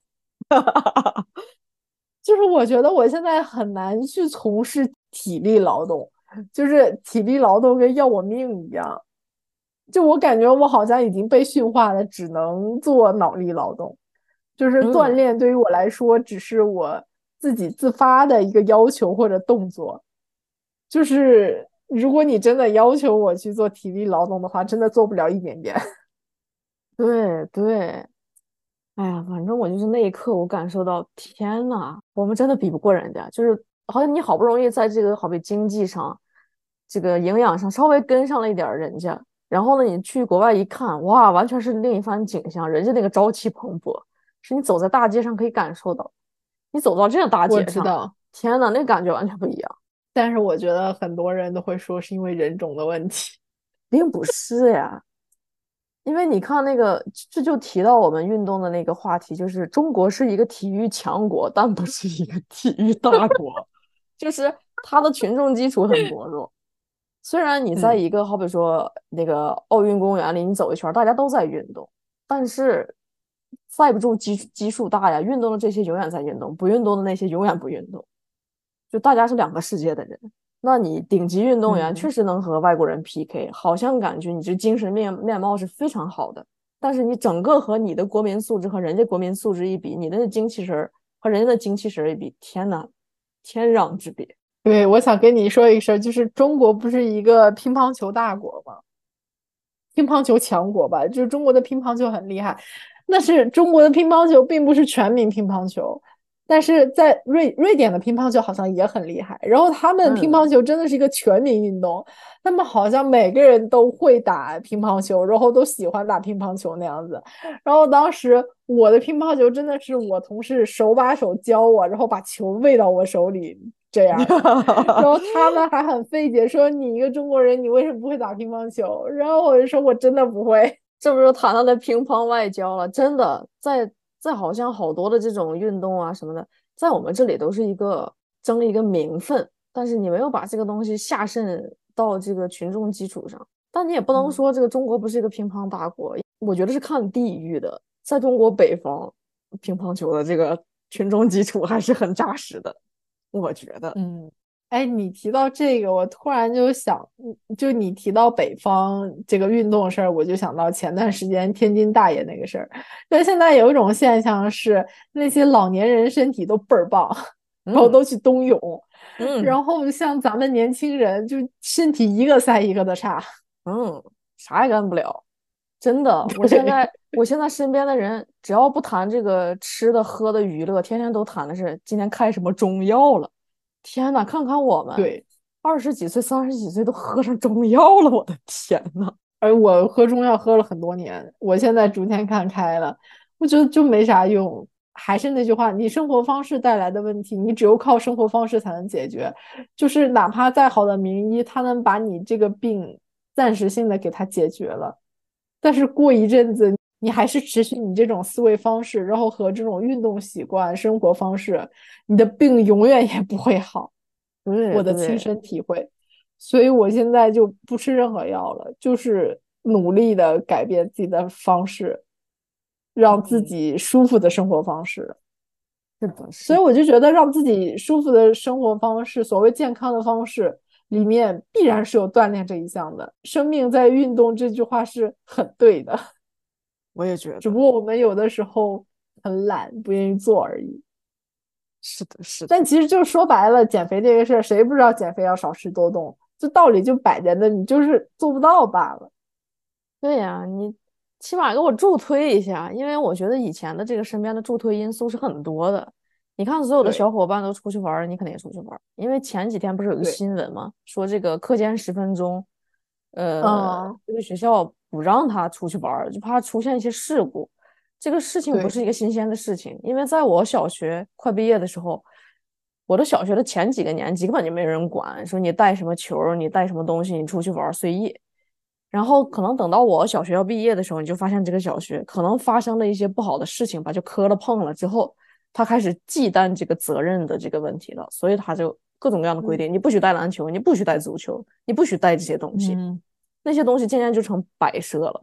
就是我觉得我现在很难去从事体力劳动，就是体力劳动跟要我命一样。就我感觉我好像已经被驯化了，只能做脑力劳动。就是锻嗯炼对于我来说，只是我自己自发的一个要求或者动作。就是如果你真的要求我去做体力劳动的话，真的做不了一点点。 对对，哎呀，反正我就是那一刻，我感受到，天呐，我们真的比不过人家，就是好像你好不容易在这个好比经济上、这个营养上稍微跟上了一点儿人家，然后呢，你去国外一看，哇，完全是另一番景象，人家那个朝气蓬勃，是你走在大街上可以感受到，你走到这个大我街上， 知道， 天呐，那感觉完全不一样， 但是我觉得很多人都会说是因为人种的问题。 并不是呀。因为你看那个，这就提到我们运动的那个话题，就是中国是一个体育强国，但不是一个体育大国，就是它的群众基础很薄弱。虽然你在嗯一个好比说那个奥运公园里，你走一圈，大家都在运动，但是赛不住基基数大呀，运动的这些永远在运动，不运动的那些永远不运动，就大家是两个世界的人。那你顶级运动员嗯。 确实能和外国人 P K，好像感觉你这精神面面貌是非常好的，但是你整个和你的国民素质和人家国民素质一比，你的精气神和人家的精气神一比，天呐，天壤之别。 对，我想跟你说一声，就是中国不是一个乒乓球大国吗？乒乓球强国吧，就是中国的乒乓球很厉害。但是中国的乒乓球并不是全民乒乓球，但是在瑞瑞典的乒乓球好像也很厉害。然后他们乒乓嗯， 球真的是一个全民运动，他们好像每个人都会打乒乓球，然后都喜欢打乒乓球那样子。然后当时我的乒乓球真的是我同事手把手教我，然后把球喂到我手里这样的。然后他们还很费解，说你一个中国人，你为什么不会打乒乓球？然后我就说我真的不会。 这不是谈到的乒乓外交了？真的，在在好像好多的这种运动啊什么的，在我们这里都是一个争一个名分，但是你没有把这个东西下渗到这个群众基础上。但你也不能嗯， 说这个中国不是一个乒乓大国，我觉得是看地域的。在中国北方，乒乓球的这个群众基础还是很扎实的，我觉得。 嗯，哎，你提到这个，我突然就想，嗯就你提到北方这个运动的事儿，我就想到前段时间天津大爷那个事儿。但现在有一种现象是，那些老年人身体都倍儿棒，然后嗯都去冬泳， 嗯然后像咱们年轻人就身体一个赛一个的差。 嗯，啥也干不了。真的，我现对在我现在身边的人，只要不谈这个吃的、喝的、娱乐，天天都谈的是今天开什么中药了。天呐，看看我们对， 二十几岁、三十几岁都喝上中药了，我的天呐！ 而我喝中药喝了很多年，我现在逐渐看开了，我觉得就没啥用。还是那句话，你生活方式带来的问题，你只有靠生活方式才能解决。就是哪怕再好的名医，他能把你这个病暂时性的给它解决了，但是过一阵子，你还是持续你这种思维方式，然后和这种运动习惯、生活方式，你的病永远也不会好。我的亲对对， 身体会。所以我现在就不吃任何药了，就是努力的改变自己的方式，让自嗯， 己舒服的生活方式。 是的， 所以是的， 我就觉得让自己舒服的生活方式，所谓健康的方式里面必然是有锻炼这一项的。生命在运动这句话是很对的， 我也觉得只不过我们有的时候很懒，不愿意做而已。 是的，是的。 但其实就说白了，减肥这个事儿，谁不知道减肥要少吃多动？这道理就摆在那，你就是做不到罢了。 对呀，你起码给我助推一下，因为我觉得以前的这个身边的助推因素是很多的。你看，所有的小对， 伙伴都出去玩儿，你肯定也出去玩儿。因为前几天不是有个对， 新闻吗？说这个课间十分钟，呃， 嗯， 这个学校不让他出去玩儿，就怕出现一些事故。这个事情不对， 是一个新鲜的事情，因为在我小学快毕业的时候，我的小学的前几个年级根本就没人管，说你带什么球儿，你带什么东西，你出去玩儿随意。然后可能等到我小学要毕业的时候，你就发现这个小学可能发生了一些不好的事情吧，就磕了碰了之后，他开始忌惮这个责任的这个问题了，所以他就各种各样的规嗯定，你不许带篮球，你不许带足球，你不许带这些东西， 嗯， 那些东西渐渐就成摆设了。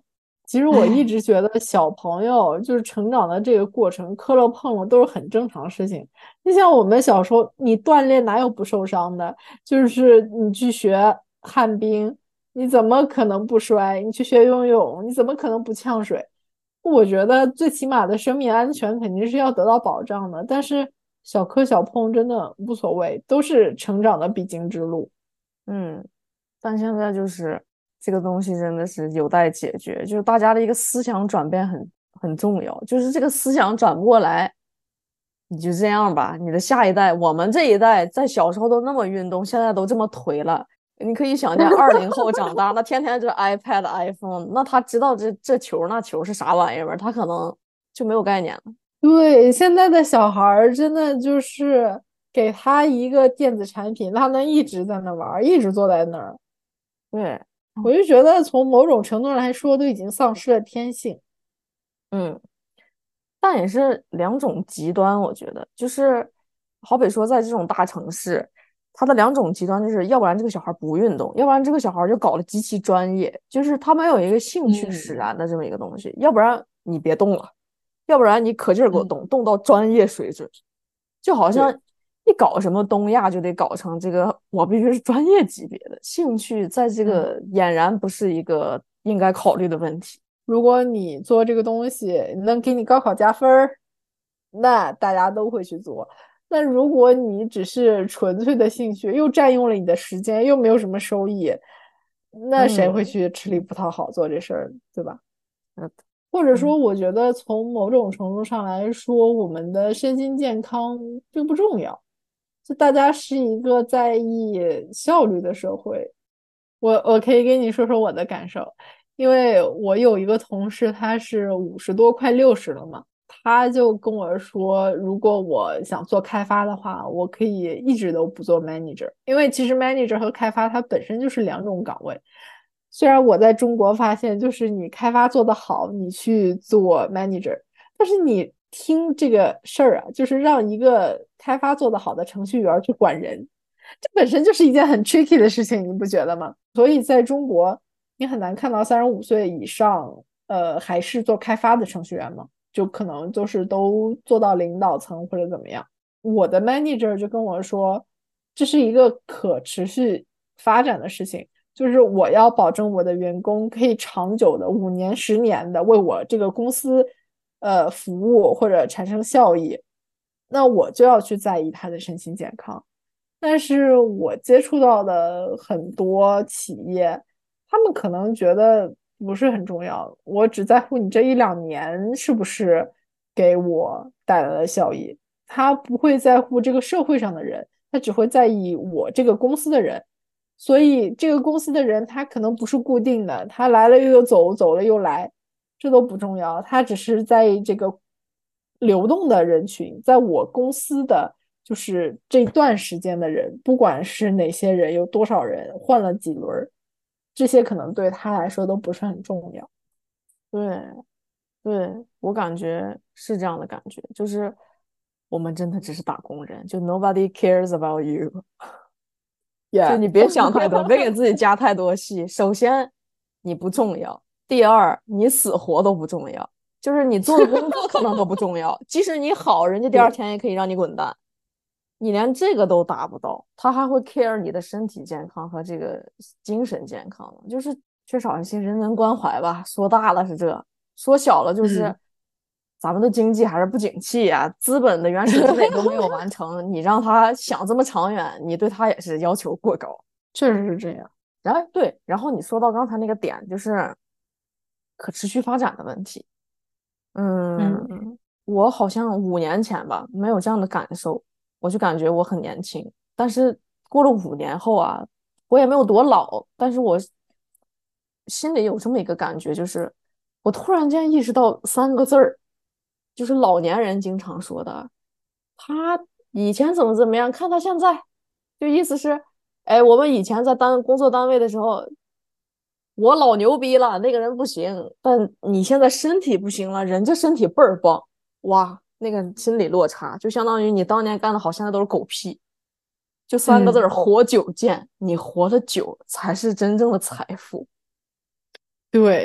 其实我一直觉得小朋友就是成长的这个过程，磕了碰了都是很正常的事情。就像我们小时候，你锻炼哪有不受伤的？就是你去学旱冰，你怎么可能不摔？你去学游泳，你怎么可能不呛水？我觉得最起码的生命安全肯定是要得到保障的，但是小磕小碰真的无所谓，都是成长的必经之路。 嗯，但现在就是这个东西真的是有待解决，就是大家的一个思想转变很很重要，就是这个思想转不过来，你就这样吧，你的下一代，我们这一代在小时候都那么运动，现在都这么颓了，你可以想见二零后长大，那天天就是 iPad、iPhone，那他知道这这球那球是啥玩意儿吗？他可能就没有概念了。 对，现在的小孩儿真的就是给他一个电子产品，他能一直在那玩儿，一直坐在那儿。 对， 我就觉得从某种程度上来说，都已经丧失了天性。 嗯。但也是两种极端，我觉得就是好比说在这种大城市，它的两种极端就是，要不然这个小孩不运动，要不然这个小孩就搞得极其专业，就是他没有一个兴趣使嗯然的这么一个东西，要不然你别动了，要不然你可劲儿给我嗯， 动，动到专业水准，就好像对。 一搞什么东亚就得搞成这个，我必须是专业级别的，兴趣在这嗯， 个俨然不是一个应该考虑的问题。 如果你做这个东西能给你高考加分儿，那大家都会去做。那如果你只是纯粹的兴趣，又占用了你的时间，又没有什么收益，那谁会嗯， 去吃力不讨好做这事儿，对吧？ 是的或者说， 嗯我觉得从某种程度上来说，我们的身心健康并不重要。就大家是一个在意效率的社会。我我可以跟你说说我的感受，因为我有一个同事，他是五十多快六十了嘛，他就跟我说，如果我想做开发的话，我可以一直都不做 manager，因为其实 manager 和开发它本身就是两种岗位。虽然我在中国发现，就是你开发做得好，你去做 manager，但是你听这个事儿啊，就是让一个开发做得好的程序员去管人，这本身就是一件很 tricky 的事情，你不觉得吗？所以在中国，你很难看到三十五岁以上，呃，还是做开发的程序员嘛，就可能就是都做到领导层或者怎么样。我的 manager 就跟我说，这是一个可持续发展的事情。就是我要保证我的员工可以长久的五年、十年的为我这个公司呃服务或者产生效益，那我就要去在意他的身心健康。但是我接触到的很多企业，他们可能觉得不是很重要，我只在乎你这一两年是不是给我带来了效益，他不会在乎这个社会上的人，他只会在意我这个公司的人。所以这个公司的人他可能不是固定的，他来了又走，走了又来，这都不重要，他只是在这个流动的人群，在我公司的就是这段时间的人，不管是哪些人，有多少人换了几轮，这些可能对他来说都不是很重要。 对，对，我感觉是这样的感觉，就是我们真的只是打工人，就 nobody cares about you，就 Yeah， 你别想太多，别给自己加太多戏。首先，你不重要；第二，你死活都不重要，就是你做的工作可能都不重要。即使你好，人家第二对， 天也可以让你滚蛋。你连这个都达不到，他还会 care 你的身体健康和这个精神健康，就是缺少一些人文关怀吧。说大了是这，说小了就是嗯， 咱们的经济还是不景气呀，资本的原始积累都没有完成，你让他想这么长远，你对他也是要求过高。 确实是这样。 然后对，然后你说到刚才那个点，就是可持续发展的问题。 嗯嗯，我好像五年前吧，没有这样的感受，我就感觉我很年轻。但是过了五年后啊，我也没有多老，但是我心里有这么一个感觉，就是我突然间意识到三个字儿，就是老年人经常说的，他以前怎么怎么样，看他现在，就意思是，哎，我们以前在单工作单位的时候，我老牛逼了，那个人不行，但你现在身体不行了，人家身体倍儿棒，哇，那个心理落差，就相当于你当年干的好，现在都是狗屁。就三个字嗯， 儿，活久见，你活得久才是真正的财富。 对。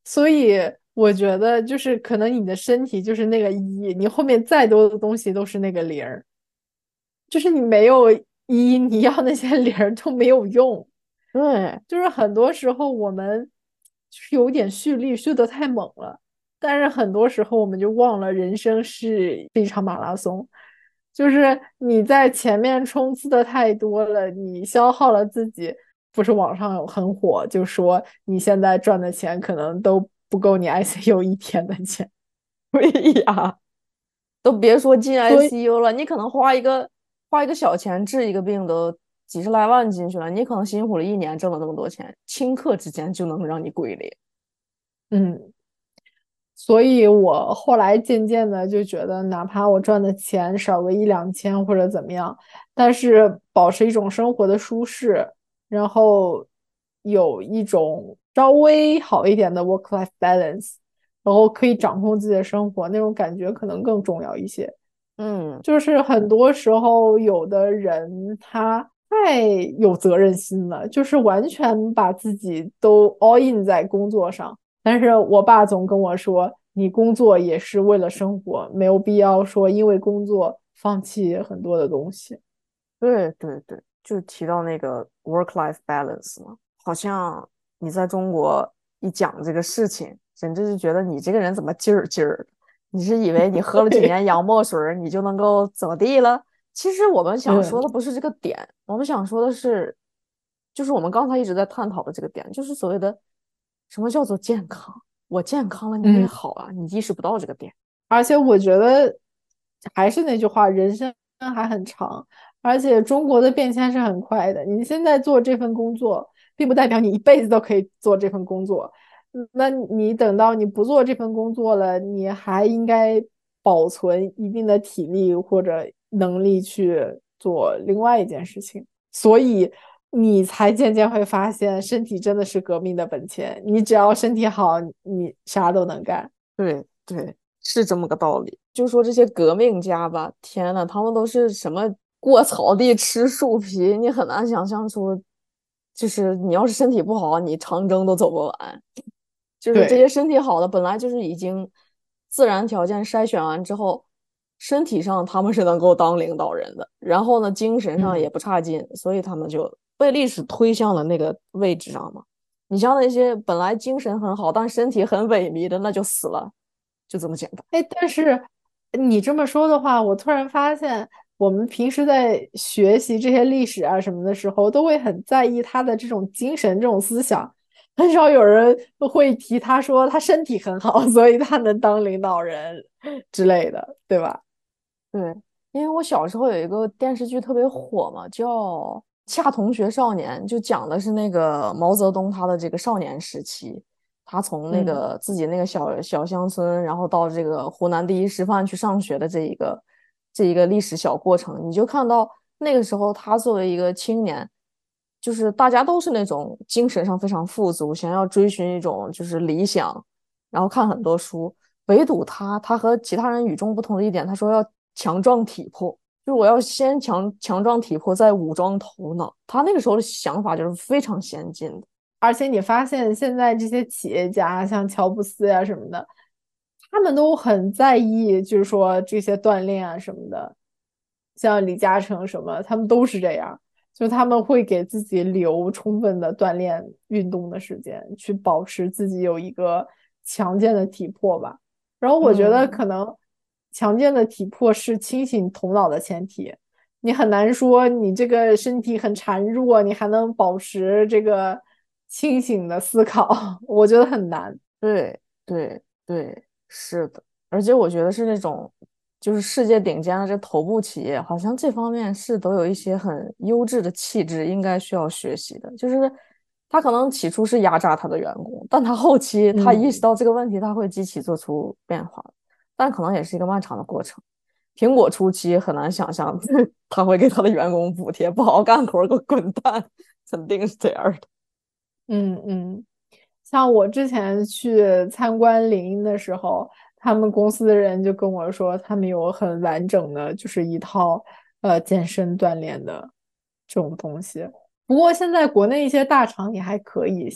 所以我觉得就是可能你的身体就是那个一，你后面再多的东西都是那个零儿，就是你没有一，你要那些零儿都没有用。 对， 就是很多时候我们就是有点蓄力，蓄得太猛了，但是很多时候我们就忘了人生是一场马拉松，就是你在前面冲刺的太多了，你消耗了自己。不是网上有很火，就说你现在赚的钱可能都不够你 I C U 一天的钱。 对呀，都别说进所以 I C U 了，你可能花一个花一个小钱治一个病都几十来万进去了，你可能辛苦了一年挣了那么多钱，顷刻之间就能让你归零。 嗯，所以我后来渐渐的就觉得，哪怕我赚的钱少个一两千或者怎么样，但是保持一种生活的舒适，然后有一种稍微好一点的 work-life balance，然后可以掌控自己的生活，那种感觉可能更重要一些。 嗯， 就是很多时候，有的人他太有责任心了，就是完全把自己都 all in 在工作上。但是我爸总跟我说，你工作也是为了生活，没有必要说因为工作放弃很多的东西。 对对对，就提到那个 work-life balance 嘛，好像你在中国一讲这个事情，简直就觉得你这个人怎么劲儿劲儿的？你是以为你喝了几对， 年洋墨水儿，你就能够怎么地了？其实我们想说的嗯不是这个点，我们想说的是，就是我们刚才一直在探讨的这个点，就是所谓的什么叫做健康？我健康了，你也嗯。 好啊，你意识不到这个点。 而且我觉得还是那句话，人生还很长，而且中国的变迁是很快的。你现在做这份工作，并不代表你一辈子都可以做这份工作。嗯那你等到你不做这份工作了，你还应该保存一定的体力或者能力去做另外一件事情。所以你才渐渐会发现，身体真的是革命的本钱。你只要身体好，你啥都能干。 对对，是这么个道理。就说这些革命家吧，天呐，他们都是什么过草地吃树皮，你很难想象出，就是你要是身体不好，你长征都走不完。就是这些对， 身体好的，本来就是已经自然条件筛选完之后，身体上他们是能够当领导人的，然后呢，精神上也嗯。 不差劲，所以他们就被历史推向了那个位置上嘛。你像那些本来精神很好，但身体很萎靡的，那就死了，就这么简单。 哎，但是你这么说的话，我突然发现，我们平时在学习这些历史啊什么的时候，都会很在意他的这种精神、这种思想，很少有人会提他说他身体很好，所以他能当领导人之类的，对吧？ 对，因为我小时候有一个电视剧特别火嘛，叫《恰同学少年》，就讲的是那个毛泽东他的这个少年时期，他从那嗯个自己那个小小乡村，然后到这个湖南第一师范去上学的这一个这一个历史小过程，你就看到那个时候他作为一个青年，就是大家都是那种精神上非常富足，想要追寻一种就是理想，然后看很多书。唯独他，他和其他人与众不同的一点，他说要强壮体魄，就是我要先强强壮体魄，再武装头脑。他那个时候的想法就是非常先进的。 而且你发现现在这些企业家，像乔布斯呀、什么的，他们都很在意，就是说这些锻炼啊什么的。像李嘉诚什么，他们都是这样，就他们会给自己留充分的锻炼运动的时间，去保持自己有一个强健的体魄吧。然后我觉得嗯， 可能强健的体魄是清醒头脑的前提。你很难说你这个身体很孱弱，你还能保持这个清醒的思考，我觉得很难。 对对对，是的。而且我觉得是那种，就是世界顶尖的这头部企业，好像这方面是都有一些很优质的气质，应该需要学习的。就是他可能起初是压榨他的员工，但他后期他意识嗯， 到这个问题，他会积极做出变化，但可能也是一个漫长的过程。苹果初期很难想象他会给他的员工补贴，不好好干活给我滚蛋，肯定是这样的。 嗯嗯，像我之前去参观领英的时候，他们公司的人就跟我说，他们有很完整的，就是一套呃健身锻炼的这种东西。不过现在国内一些大厂也还可以，像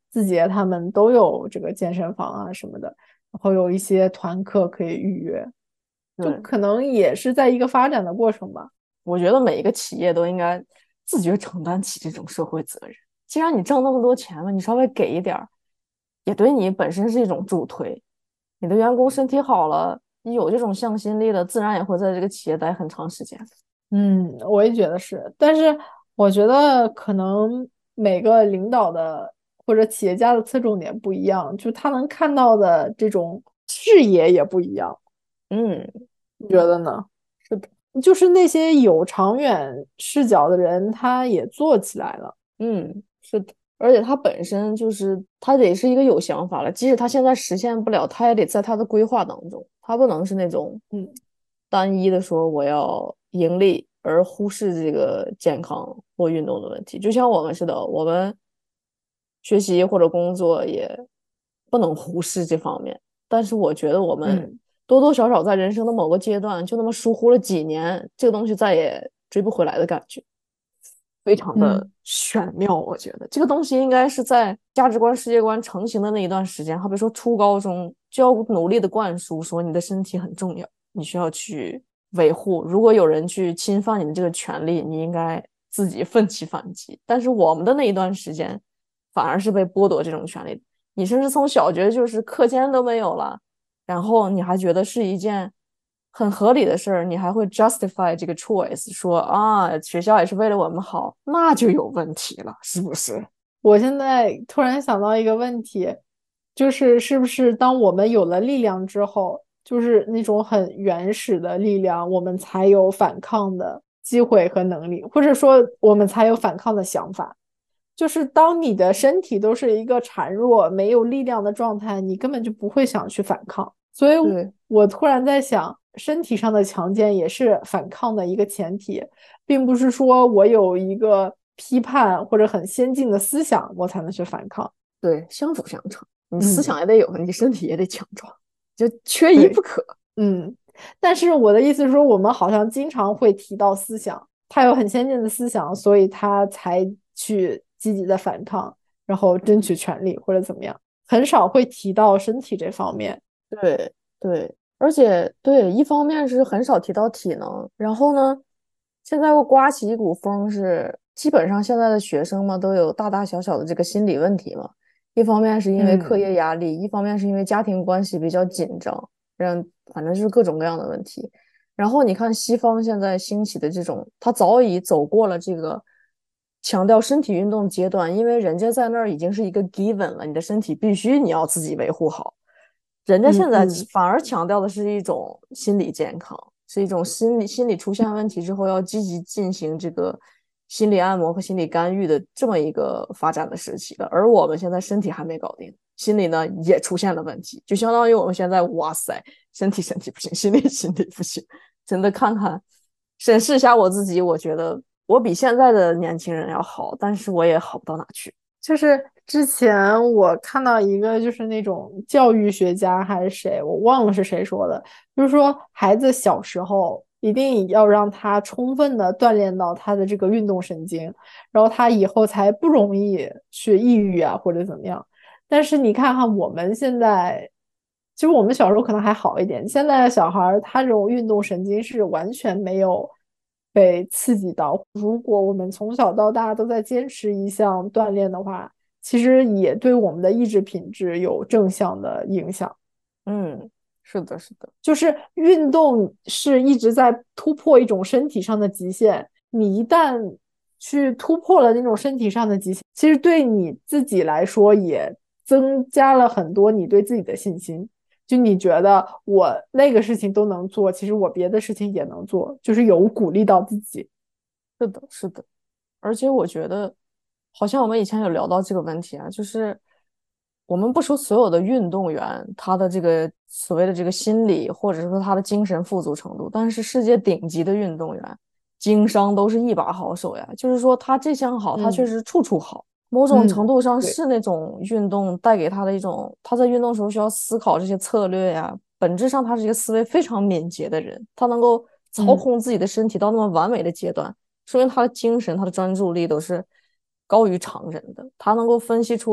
字节他们都有这个健身房啊什么的，然后有一些团课可以预约，就对， 可能也是在一个发展的过程吧。 我觉得每一个企业都应该自觉承担起这种社会责任。既然你挣那么多钱了，你稍微给一点儿，也对你本身是一种助推。你的员工身体好了，你有这种向心力了，自然也会在这个企业待很长时间。 嗯，我也觉得是，但是我觉得可能每个领导的或者企业家的侧重点不一样，就他能看到的这种视野也不一样， 嗯， 你觉得呢？ 是的， 就是那些有长远视角的人，他也做起来了。 嗯，是的。而且他本身就是他得是一个有想法了，即使他现在实现不了，他也得在他的规划当中，他不能是那种嗯单一的说我要盈利而忽视这个健康或运动的问题。就像我们似的，我们学习或者工作也不能忽视这方面。但是我觉得我们嗯多多少少在人生的某个阶段就那么疏忽了几年，这个东西再也追不回来的感觉。非常的嗯玄妙。我觉得这个东西应该是在价值观、世界观成型的那一段时间，好比说初高中就要努力的灌输，说你的身体很重要，你需要去维护。如果有人去侵犯你的这个权利，你应该自己奋起反击。但是我们的那一段时间，反而是被剥夺这种权利。你甚至从小学就是课间都没有了，然后你还觉得是一件很合理的事儿，你还会 justify 这个 choice，说啊，学校也是为了我们好，那就有问题了，是不是？ 我现在突然想到一个问题，就是是不是当我们有了力量之后，就是那种很原始的力量，我们才有反抗的机会和能力，或者说我们才有反抗的想法。就是当你的身体都是一个孱弱、没有力量的状态，你根本就不会想去反抗。所以， 对我突然在想，身体上的强健也是反抗的一个前提，并不是说我有一个批判或者很先进的思想，我才能去反抗。 对，相辅相成，你思嗯， 想也得有，你身体也得强壮，就缺一不对， 可。 嗯。但是我的意思是说，我们好像经常会提到思想，他有很先进的思想，所以他才去积极的反抗，然后争取权利或者怎么样，很少会提到身体这方面。 对对，而且对，一方面是很少提到体能，然后呢，现在又刮起一股风是，基本上现在的学生嘛都有大大小小的这个心理问题嘛。一方面是因为课嗯业压力，一方面是因为家庭关系比较紧张，让反正就是各种各样的问题。然后你看西方现在兴起的这种，他早已走过了这个强调身体运动阶段，因为人家在那儿已经是一个 given 了，你的身体必须你要自己维护好。人家现在嗯嗯， 反而强调的是一种心理健康，是一种心理心理出现问题之后要积极进行这个心理按摩和心理干预的这么一个发展的时期了。而我们现在身体还没搞定，心理呢也出现了问题，就相当于我们现在哇塞，身体身体不行，心理心理不行，真的看看审视一下我自己，我觉得我比现在的年轻人要好，但是我也好不到哪去。 就是之前我看到一个，就是那种教育学家还是谁，我忘了是谁说的，就是说孩子小时候一定要让他充分的锻炼到他的这个运动神经，然后他以后才不容易去抑郁啊或者怎么样。但是你看看我们现在，其实我们小时候可能还好一点，现在的小孩儿他这种运动神经是完全没有被刺激到。如果我们从小到大都在坚持一项锻炼的话，其实也对我们的意志品质有正向的影响。 嗯，是的，是的， 就是运动是一直在突破一种身体上的极限，你一旦去突破了那种身体上的极限，其实对你自己来说也增加了很多你对自己的信心。就你觉得我那个事情都能做，其实我别的事情也能做，就是有鼓励到自己。 是的，是的。而且我觉得，好像我们以前有聊到这个问题啊，就是我们不说所有的运动员他的这个所谓的这个心理，或者说他的精神富足程度，但是世界顶级的运动员，经商都是一把好手呀。就是说他这项好，他确嗯实处处好。某种程嗯， 度上对， 是那种运动带给他的一种，他在运动时候需要思考这些策略呀。本质上他是一个思维非常敏捷的人，他能够操嗯控自己的身体到那么完美的阶段。说明他的精神、他的专注力都是高于常人的。他能够分析出对，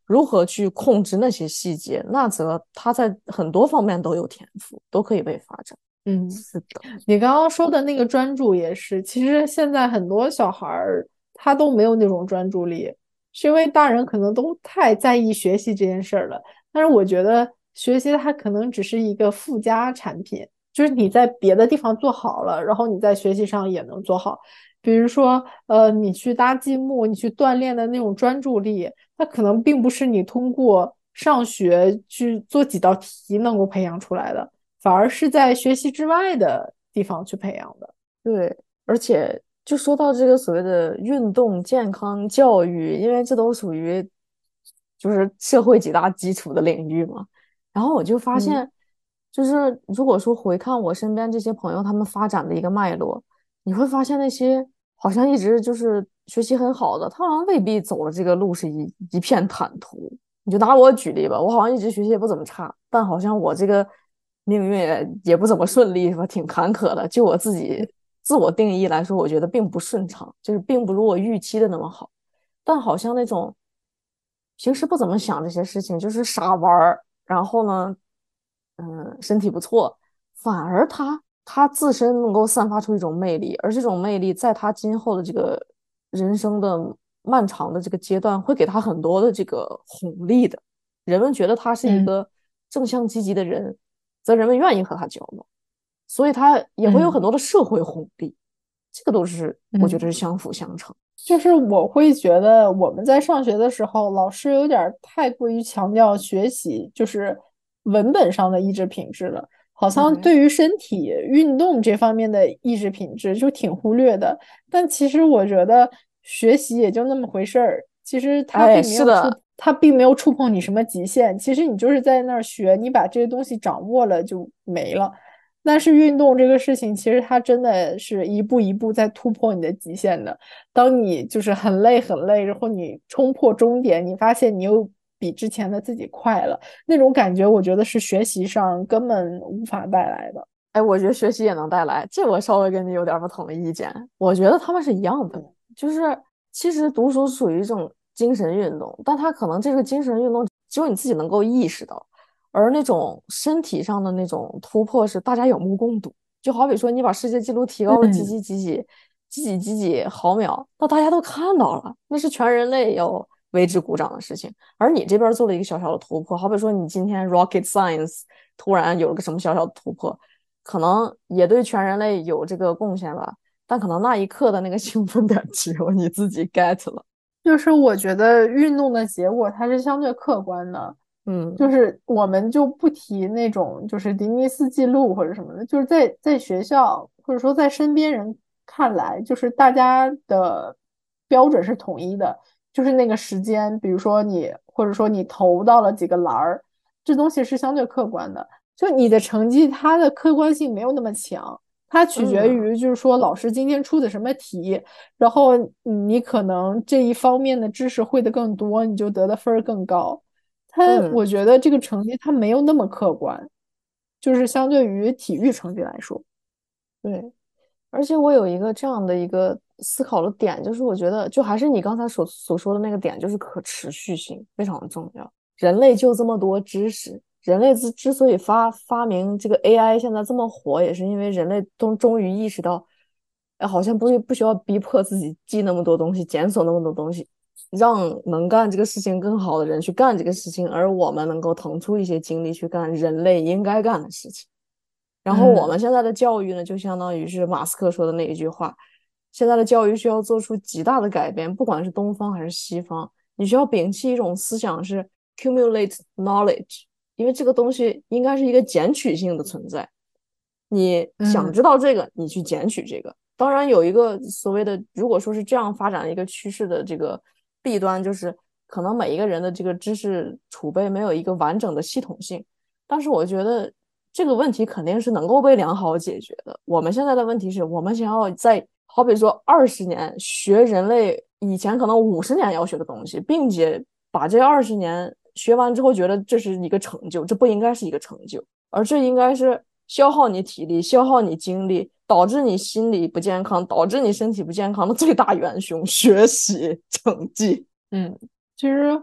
如何去控制那些细节，那则他在很多方面都有天赋，都可以被发展。 嗯， 是的， 你刚刚说的那个专注也是，其实现在很多小孩儿他都没有那种专注力，是因为大人可能都太在意学习这件事儿了。但是我觉得学习它可能只是一个附加产品，就是你在别的地方做好了，然后你在学习上也能做好。比如说，呃，你去搭积木，你去锻炼的那种专注力，它可能并不是你通过上学去做几道题能够培养出来的。反而是在学习之外的地方去培养的。 对，而且就说到这个所谓的运动健康教育，因为这都属于就是社会几大基础的领域嘛。然后我就发嗯现，就是如果说回看我身边这些朋友他们发展的一个脉络，你会发现那些好像一直就是学习很好的，他好像未必走的这个路是一一片坦途。你就拿我举例吧，我好像一直学习也不怎么差，但好像我这个命运也也不怎么顺利，是吧？挺坎坷的。就我自己自我定义来说，我觉得并不顺畅，就是并不如我预期的那么好。但好像那种平时不怎么想这些事情，就是傻玩儿，然后呢，嗯，身体不错，反而他他自身能够散发出一种魅力，而这种魅力在他今后的这个人生的漫长的这个阶段，会给他很多的这个红利的。人们觉得他是一嗯个正向积极的人，则人们愿意和他交流，所以他也会有很嗯多的社会红利，这个都是我觉得嗯， 是相辅相成。 就是我会觉得我们在上学的时候，老师有点太过于强调学习，就是文本上的意志品质了，好像对， 对于身体运动这方面的意志品质就挺忽略的。但其实我觉得学习也就那么回事儿，其实它哎， 并没有触， 是的， 它并没有触碰你什么极限，其实你就是在那儿学，你把这些东西掌握了就没了。但是运动这个事情，其实它真的是一步一步在突破你的极限的。当你就是很累很累，然后你冲破终点，你发现你又比之前的自己快了，那种感觉，我觉得是学习上根本无法带来的。 哎，我觉得学习也能带来，这我稍微跟你有点不同的意见。我觉得他们是一样的，就是其实读书属于一种精神运动，但它可能这个精神运动只有你自己能够意识到，而那种身体上的那种突破是大家有目共睹。就好比说你把世界纪录提高了几嗯几几几几几几几毫秒，那大家都看到了，那是全人类要为之鼓掌的事情。而你这边做了一个小小的突破，好比说你今天 rocket science 突然有了个什么小小的突破。可能也对全人类有这个贡献吧，但可能那一刻的那个兴奋点只有你自己 get 了。 就是我觉得运动的结果它是相对客观的，就嗯是我们就不提那种就是迪尼斯纪录或者什么的，就是在在学校或者说在身边人看来，就是大家的标准是统一的，就是那个时间，比如说你或者说你投到了几个篮儿，这东西是相对客观的。就你的成绩，它的客观性没有那么强，它取决嗯于就是说老师今天出的什么题，然后你可能这一方面的知识会的更多，你就得的分儿更高。它嗯， 我觉得这个成绩它没有那么客观，就是相对于体育成绩来说。 对。而且我有一个这样的一个思考的点，就是我觉得就还是你刚才所所说的那个点，就是可持续性非常的重要。人类就这么多知识，人类之之所以发发明这个 A I 现在这么火，也是因为人类都终于意识到，哎，好像不不需要逼迫自己记那么多东西，检索那么多东西，让能干这个事情更好的人去干这个事情，而我们能够腾出一些精力去干人类应该干的事情。然后我们嗯现在的教育呢，就相当于是马斯克说的那一句话：现在的教育需要做出极大的改变，不管是东方还是西方，你需要摒弃一种思想是 accumulate knowledge，因为这个东西应该是一个捡取性的存在。你想嗯知道这个，你去捡取这个。当然有一个所谓的，如果说是这样发展的一个趋势的这个弊端，就是可能每一个人的这个知识储备没有一个完整的系统性。但是我觉得这个问题肯定是能够被良好解决的。我们现在的问题是我们想要在好比说二十年学人类以前可能五十年要学的东西，并且把这二十年学完之后觉得这是一个成就，这不应该是一个成就，而这应该是消耗你体力、消耗你精力，导致你心理不健康、导致你身体不健康的最大元凶——学习成绩。 嗯，其实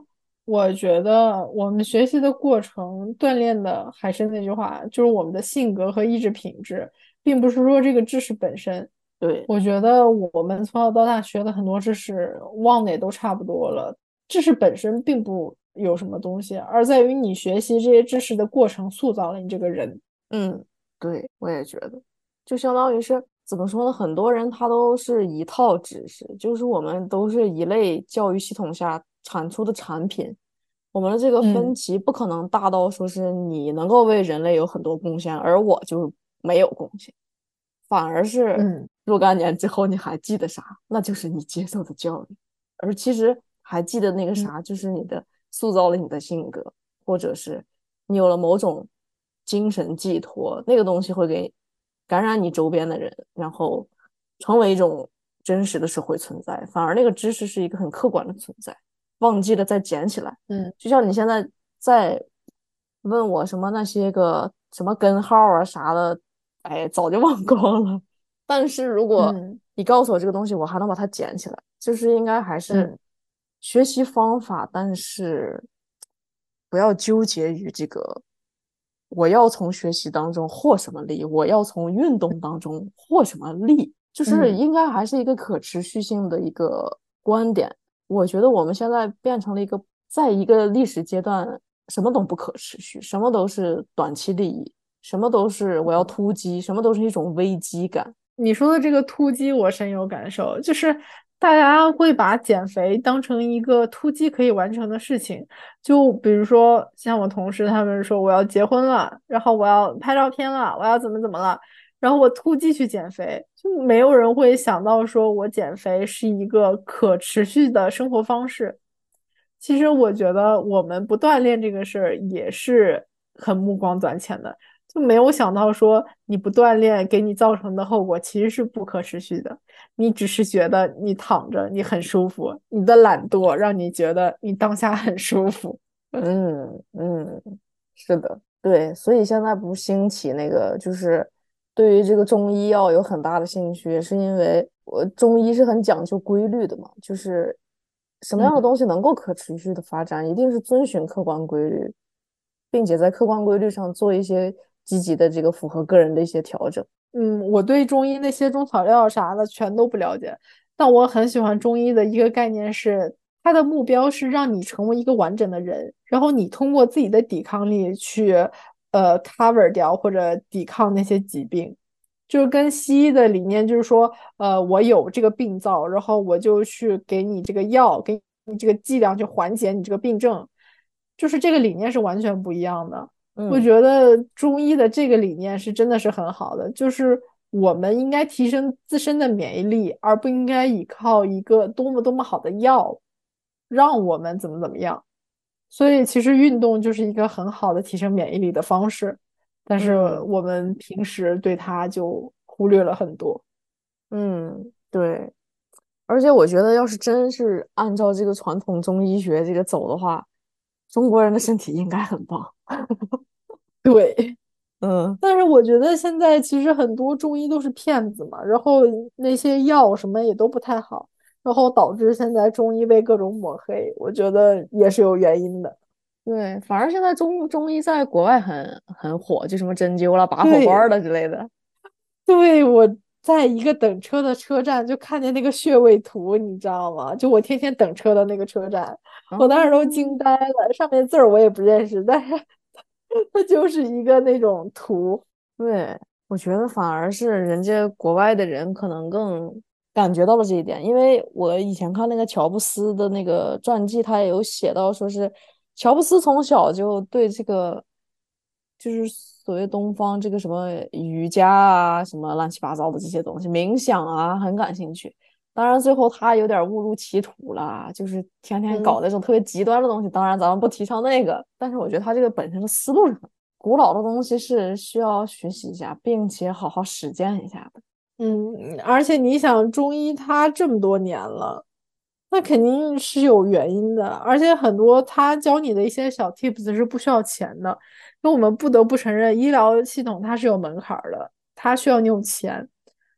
我觉得我们学习的过程锻炼的还是那句话，就是我们的性格和意志品质，并不是说这个知识本身。 对， 我觉得我们从小到大学的很多知识忘的也都差不多了，知识本身并不有什么东西，而在于你学习这些知识的过程塑造了你这个人。 嗯，对，我也觉得，就相当于是怎么说呢？很多人他都是一套知识，就是我们都是一类教育系统下产出的产品，我们的这个分嗯歧不可能大到说是你能够为人类有很多贡献，而我就没有贡献，反而是嗯若干年之后你还记得啥，那就是你接受的教育，而其实还记得那个嗯啥，就是你的塑造了你的性格，或者是你有了某种精神寄托，那个东西会给感染你周边的人，然后成为一种真实的社会存在。反而那个知识是一个很客观的存在，忘记了再捡起来。 嗯就像你现在在问我什么那些个什么根号啊啥的，哎，早就忘光了。但是如果嗯你告诉我这个东西，我还能把它捡起来，就是应该还是嗯学习方法，但是不要纠结于这个，我要从学习当中获什么利，我要从运动当中获什么利，就是嗯。 应该还是一个可持续性的一个观点。我觉得我们现在变成了一个，在一个历史阶段，什么都不可持续，什么都是短期利益，什么都是我要突击，什么都是一种危机感。 你说的这个突击，我深有感受，就是大家会把减肥当成一个突击可以完成的事情。就比如说，像我同事他们说我要结婚了，然后我要拍照片了，我要怎么怎么了，然后我突击去减肥，就没有人会想到说我减肥是一个可持续的生活方式。其实我觉得我们不锻炼这个事儿也是很目光短浅的。就没有想到说你不锻炼给你造成的后果其实是不可持续的。你只是觉得你躺着你很舒服，你的懒惰让你觉得你当下很舒服。 嗯嗯，是的，对，所以现在不兴起那个，就是对于这个中医药有很大的兴趣，是因为我中医是很讲究规律的嘛，就是什么样的嗯东西能够可持续的发展，一定是遵循客观规律，并且在客观规律上做一些积极的这个符合个人的一些调整。 嗯，我对中医那些中草药啥的全都不了解，但我很喜欢中医的一个概念是，它的目标是让你成为一个完整的人，然后你通过自己的抵抗力去呃 cover 掉或者抵抗那些疾病。就是跟西医的理念就是说，呃，我有这个病灶，然后我就去给你这个药，给你这个剂量去缓解你这个病症，就是这个理念是完全不一样的。我嗯觉得中医的这个理念是真的是很好的，就是我们应该提升自身的免疫力，而不应该依靠一个多么多么好的药让我们怎么怎么样。所以其实运动就是一个很好的提升免疫力的方式，但是嗯我们平时对它就忽略了很多。 嗯，对。而且我觉得，要是真是按照这个传统中医学这个走的话，中国人的身体应该很棒。 对， 嗯但是我觉得现在其实很多中医都是骗子嘛，然后那些药什么也都不太好，然后导致现在中医被各种抹黑，我觉得也是有原因的。 对，反而现在中中医在国外很很火，就什么针灸啦、拔火罐儿对， 的之类的。 对，我在一个等车的车站就看见那个穴位图，你知道吗？就我天天等车的那个车站，我当时都哦， 惊呆了。上面字儿我也不认识，但是它就是一个那种图。 对，我觉得反而是人家国外的人可能更感觉到了这一点，因为我以前看那个乔布斯的那个传记，他也有写到，说是乔布斯从小就对这个就是所谓东方这个什么瑜伽啊，什么乱七八糟的这些东西，冥想啊，很感兴趣。当然，最后他有点误入歧途了，就是天天搞嗯。 那种特别极端的东西。当然，咱们不提倡那个，但是我觉得他这个本身的思路是很古老的东西，是需要学习一下，并且好好实践一下的。 嗯，而且你想，中医它这么多年了，那肯定是有原因的。而且很多他教你的一些小 tips 是不需要钱的，因为我们不得不承认，医疗系统它是有门槛儿的，它需要你有钱。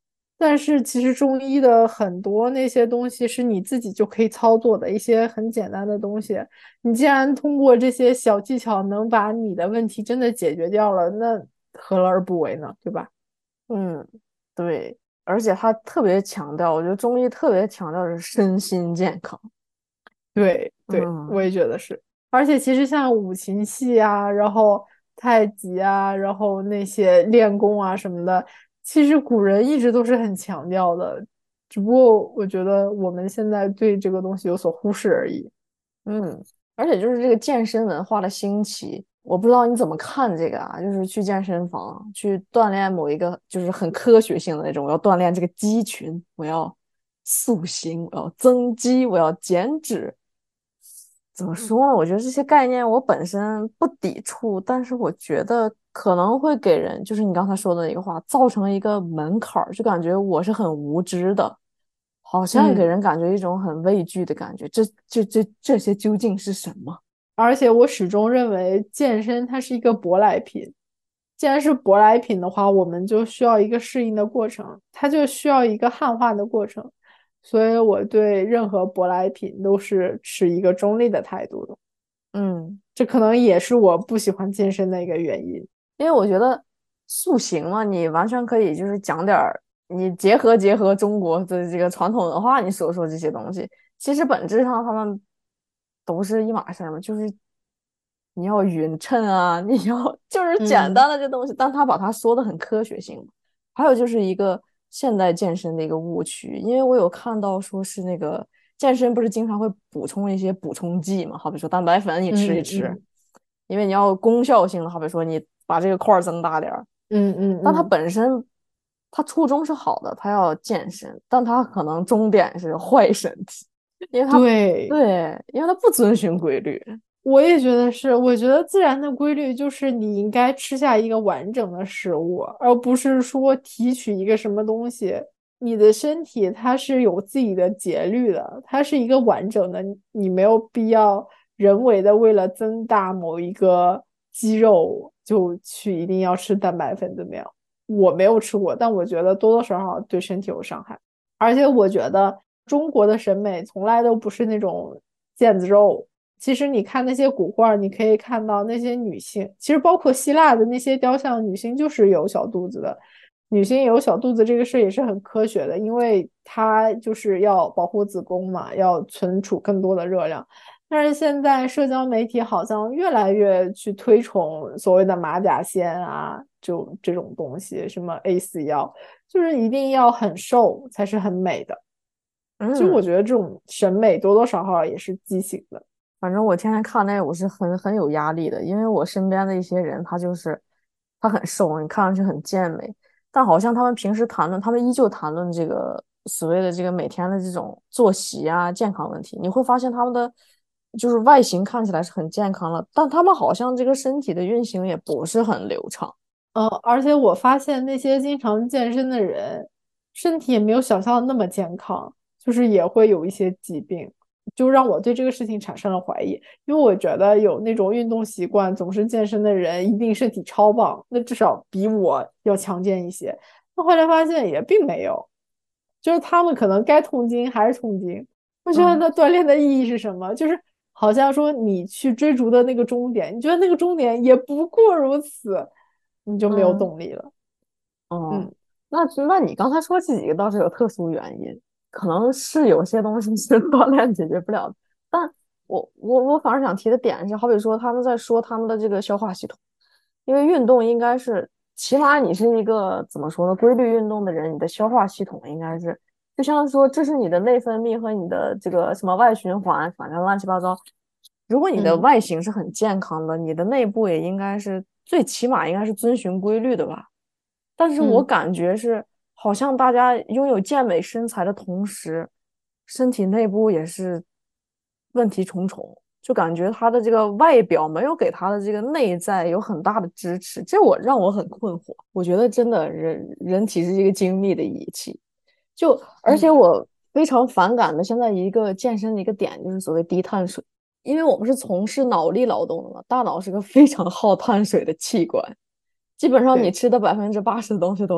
但是其实中医的很多那些东西是你自己就可以操作的一些很简单的东西，你既然通过这些小技巧能把你的问题真的解决掉了，那何乐而不为呢？对吧？ 嗯，对，而且他特别强调，我觉得中医特别强调的是身心健康。 对对，我嗯也觉得是。而且其实像五禽戏啊，然后太极啊，然后那些练功啊什么的，其实古人一直都是很强调的，只不过我觉得我们现在对这个东西有所忽视而已。 嗯，而且就是这个健身文化的兴起，我不知道你怎么看这个啊？就是去健身房去锻炼某一个，就是很科学性的那种，我要锻炼这个肌群，我要塑形，我要增肌，我要减脂。怎么说呢？我觉得这些概念我本身不抵触，但是我觉得可能会给人，就是你刚才说的那个话，造成一个门槛儿，就感觉我是很无知的，好像给嗯。 人感觉一种很畏惧的感觉。这、这、这这些究竟是什么？ 而且我始终认为健身它是一个舶来品，既然是舶来品的话，我们就需要一个适应的过程，它就需要一个汉化的过程。所以我对任何舶来品都是持一个中立的态度的， 嗯， 这可能也是我不喜欢健身的一个原因。 因为我觉得塑形嘛，你完全可以就是讲点儿，你结合结合中国的这个传统文化，你说说这些东西，其实本质上他们都是一码事儿嘛，就是你要匀称啊，你要就是简嗯单的这东西，但他把它说的很科学性。还有就是一个现代健身的一个误区，因为我有看到说是那个健身不是经常会补充一些补充剂嘛，好比说蛋白粉你吃一吃， 嗯嗯因为你要功效性的，好比说你把这个块儿增大点儿， 嗯嗯但它嗯， 本身它初衷是好的，它要健身，但它可能终点是坏身体，因为它对。 对，因为它不遵循规律。 我也觉得是，我觉得自然的规律就是你应该吃下一个完整的食物，而不是说提取一个什么东西。你的身体它是有自己的节律的，它是一个完整的，你没有必要人为的为了增大某一个肌肉就去一定要吃蛋白粉怎么样？我没有吃过，但我觉得多多少少对身体有伤害。而且我觉得中国的审美从来都不是那种腱子肉。其实你看那些古画，你可以看到那些女性，其实包括希腊的那些雕像，女性就是有小肚子的。女性有小肚子这个事也是很科学的，因为它就是要保护子宫嘛，要存储更多的热量。但是现在社交媒体好像越来越去推崇所谓的马甲线啊，就这种东西，什么 A 四腰，就是一定要很瘦才是很美的。其实我嗯， 觉得这种审美多多少少也是畸形的。 反正我天天看那个，我是很很有压力的，因为我身边的一些人，他就是他很瘦，你看上去很健美，但好像他们平时谈论，他们依旧谈论这个所谓的这个每天的这种作息啊、健康问题。你会发现他们的就是外形看起来是很健康了，但他们好像这个身体的运行也不是很流畅。 嗯，而且我发现那些经常健身的人，身体也没有想象的那么健康，就是也会有一些疾病，就让我对这个事情产生了怀疑。因为我觉得有那种运动习惯、总是健身的人，一定身体超棒，那至少比我要强健一些。那后来发现也并没有，就是他们可能该痛经还是痛经。我觉得嗯那锻炼的意义是什么？就是好像说你去追逐的那个终点，你觉得那个终点也不过如此。你就没有嗯。 动力了。 哦， 嗯那那你刚才说这几个倒是有特殊原因，可能是有些东西是锻炼解决不了的。但我我我反而想提的点是，好比说他们在说他们的这个消化系统，因为运动应该是，起码你是一个怎么说呢，规律运动的人，你的消化系统应该是，就像说这是你的内分泌和你的这个什么外循环，反正乱七八糟。如果你的嗯外形是很健康的，你的内部也应该是最起码应该是遵循规律的吧。但是我嗯， 感觉是，好像大家拥有健美身材的同时，身体内部也是问题重重，就感觉他的这个外表没有给他的这个内在有很大的支持，这我让我很困惑。我觉得真的人人体是一个精密的仪器，就而且嗯我非常反感的现在一个健身的一个点就是所谓低碳水，因为我们是从事脑力劳动的嘛，大脑是个非常耗碳水的器官。基本上你对， 吃的百分之八十的东西都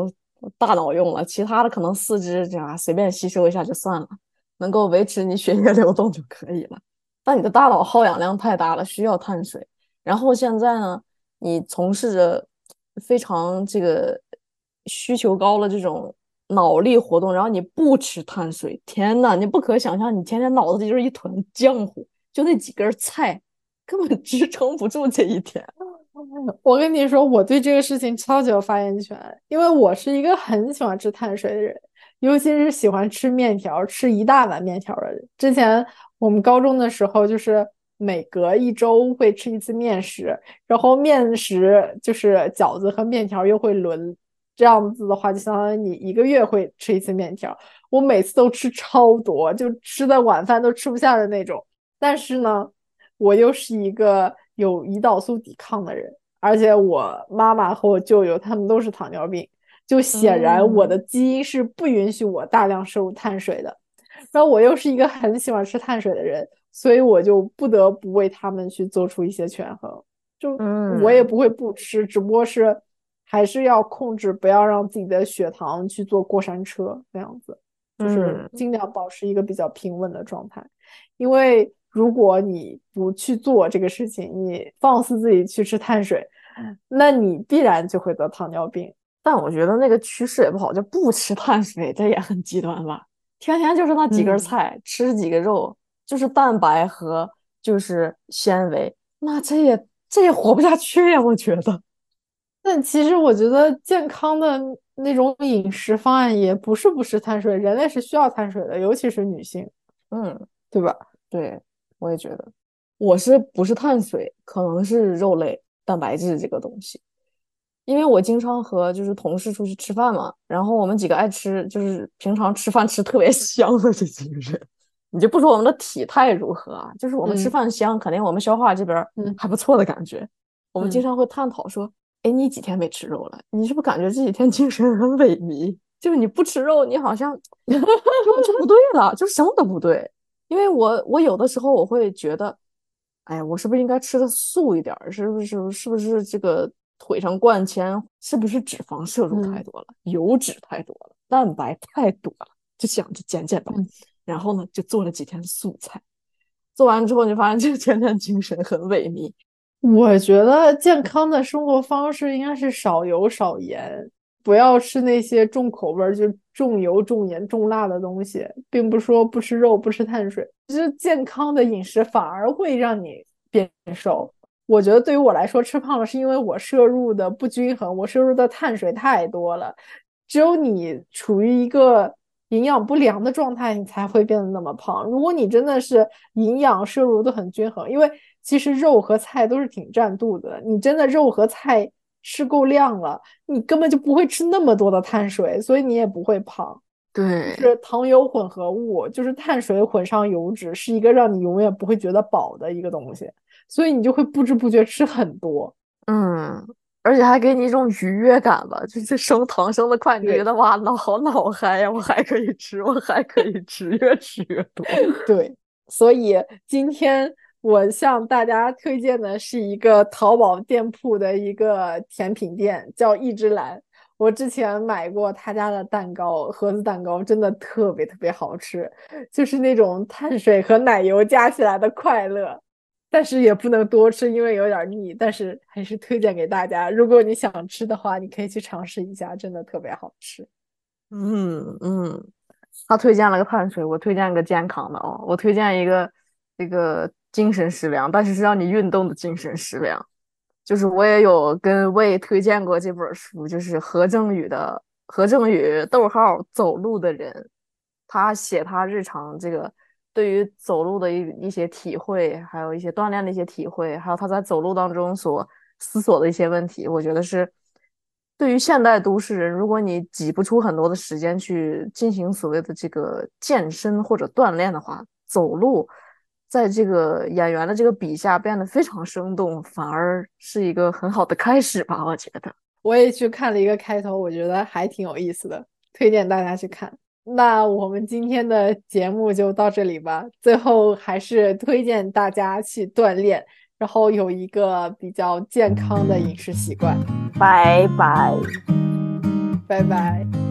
大脑用了，其他的可能四肢这样随便吸收一下就算了，能够维持你血液流动就可以了。但你的大脑耗氧量太大了，需要碳水。然后现在呢，你从事着非常这个需求高的这种脑力活动，然后你不吃碳水，天呐，你不可想象，你天天脑子里就是一团浆糊，就那几根菜根本支撑不住这一天。 我跟你说，我对这个事情超级有发言权，因为我是一个很喜欢吃碳水的人，尤其是喜欢吃面条，吃一大碗面条的人。之前我们高中的时候，就是每隔一周会吃一次面食，然后面食就是饺子和面条又会轮，这样子的话，就相当于你一个月会吃一次面条。我每次都吃超多，就吃的晚饭都吃不下的那种。但是呢，我又是一个有胰岛素抵抗的人，而且我妈妈和我舅舅他们都是糖尿病，就显然我的基因是不允许我大量摄入碳水的。然后我又是一个很喜欢吃碳水的人，所以我就不得不为他们去做出一些权衡。就我也不会不吃，只不过是还是要控制，不要让自己的血糖去坐过山车那样子，就是尽量保持一个比较平稳的状态。因为如果你不去做这个事情，你放肆自己去吃碳水，那你必然就会得糖尿病。 但我觉得那个趋势也不好，就不吃碳水，这也很极端吧。天天就是那几根菜，嗯、吃几个肉，就是蛋白和就是纤维，那这也这也活不下去呀，我觉得。 但其实我觉得健康的那种饮食方案也不是不吃碳水，人类是需要碳水的，尤其是女性， 嗯， 对吧？ 对，我也觉得。我是不是碳水，可能是肉类、蛋白质这个东西。因为我经常和就是同事出去吃饭嘛，然后我们几个爱吃，就是平常吃饭吃特别香的这几个人，你就不说我们的体态如何啊，就是我们吃饭香，嗯、肯定我们消化这边还不错的感觉。嗯、我们经常会探讨说，哎，你几天没吃肉了？你是不是感觉这几天精神很萎靡？就是你不吃肉，你好像就就不对了，就什么都不对。因为我我有的时候我会觉得，哎呀，我是不是应该吃的素一点？是不是是不是这个？腿上灌铅，是不是脂肪摄入太多了，嗯、油脂太多了，蛋白太多了，就想着减减吧。嗯、然后呢，就做了几天素菜，做完之后你发现这天天精神很萎靡。 我觉得健康的生活方式应该是少油少盐，不要吃那些重口味就重油重盐重辣的东西，并不是说不吃肉不吃碳水，其实健康的饮食反而会让你变瘦。我觉得对于我来说，吃胖了是因为我摄入的不均衡，我摄入的碳水太多了。只有你处于一个营养不良的状态，你才会变得那么胖。如果你真的是营养摄入都很均衡，因为其实肉和菜都是挺占肚子的，你真的肉和菜吃够量了，你根本就不会吃那么多的碳水，所以你也不会胖。 对， 就是糖油混合物，就是碳水混上油脂，是一个让你永远不会觉得饱的一个东西。所以你就会不知不觉吃很多， 嗯，而且还给你一种愉悦感吧，就是升糖升得快，你就觉得哇，脑好脑嗨呀，我还可以吃，我还可以吃，越吃越多。 对，所以今天我向大家推荐的是一个淘宝店铺的一个甜品店，叫一只蓝。我之前买过他家的蛋糕，盒子蛋糕真的特别特别好吃，就是那种碳水和奶油加起来的快乐。但是也不能多吃，因为有点腻。但是还是推荐给大家，如果你想吃的话，你可以去尝试一下，真的特别好吃。 嗯嗯，他推荐了个碳水，我推荐个健康的哦，我推荐一个这个精神食粮，但是是让你运动的精神食粮。就是我也有跟魏推荐过这本书，就是何正宇的何正宇逗号走路的人，他写他日常这个。对于走路的一一些体会，还有一些锻炼的一些体会，还有他在走路当中所思索的一些问题，我觉得是对于现代都市人，如果你挤不出很多的时间去进行所谓的这个健身或者锻炼的话，走路在这个演员的这个笔下变得非常生动，反而是一个很好的开始吧，我觉得。 我也去看了一个开头，我觉得还挺有意思的，推荐大家去看。那我们今天的节目就到这里吧。最后还是推荐大家去锻炼，然后有一个比较健康的饮食习惯。 拜拜。 拜拜。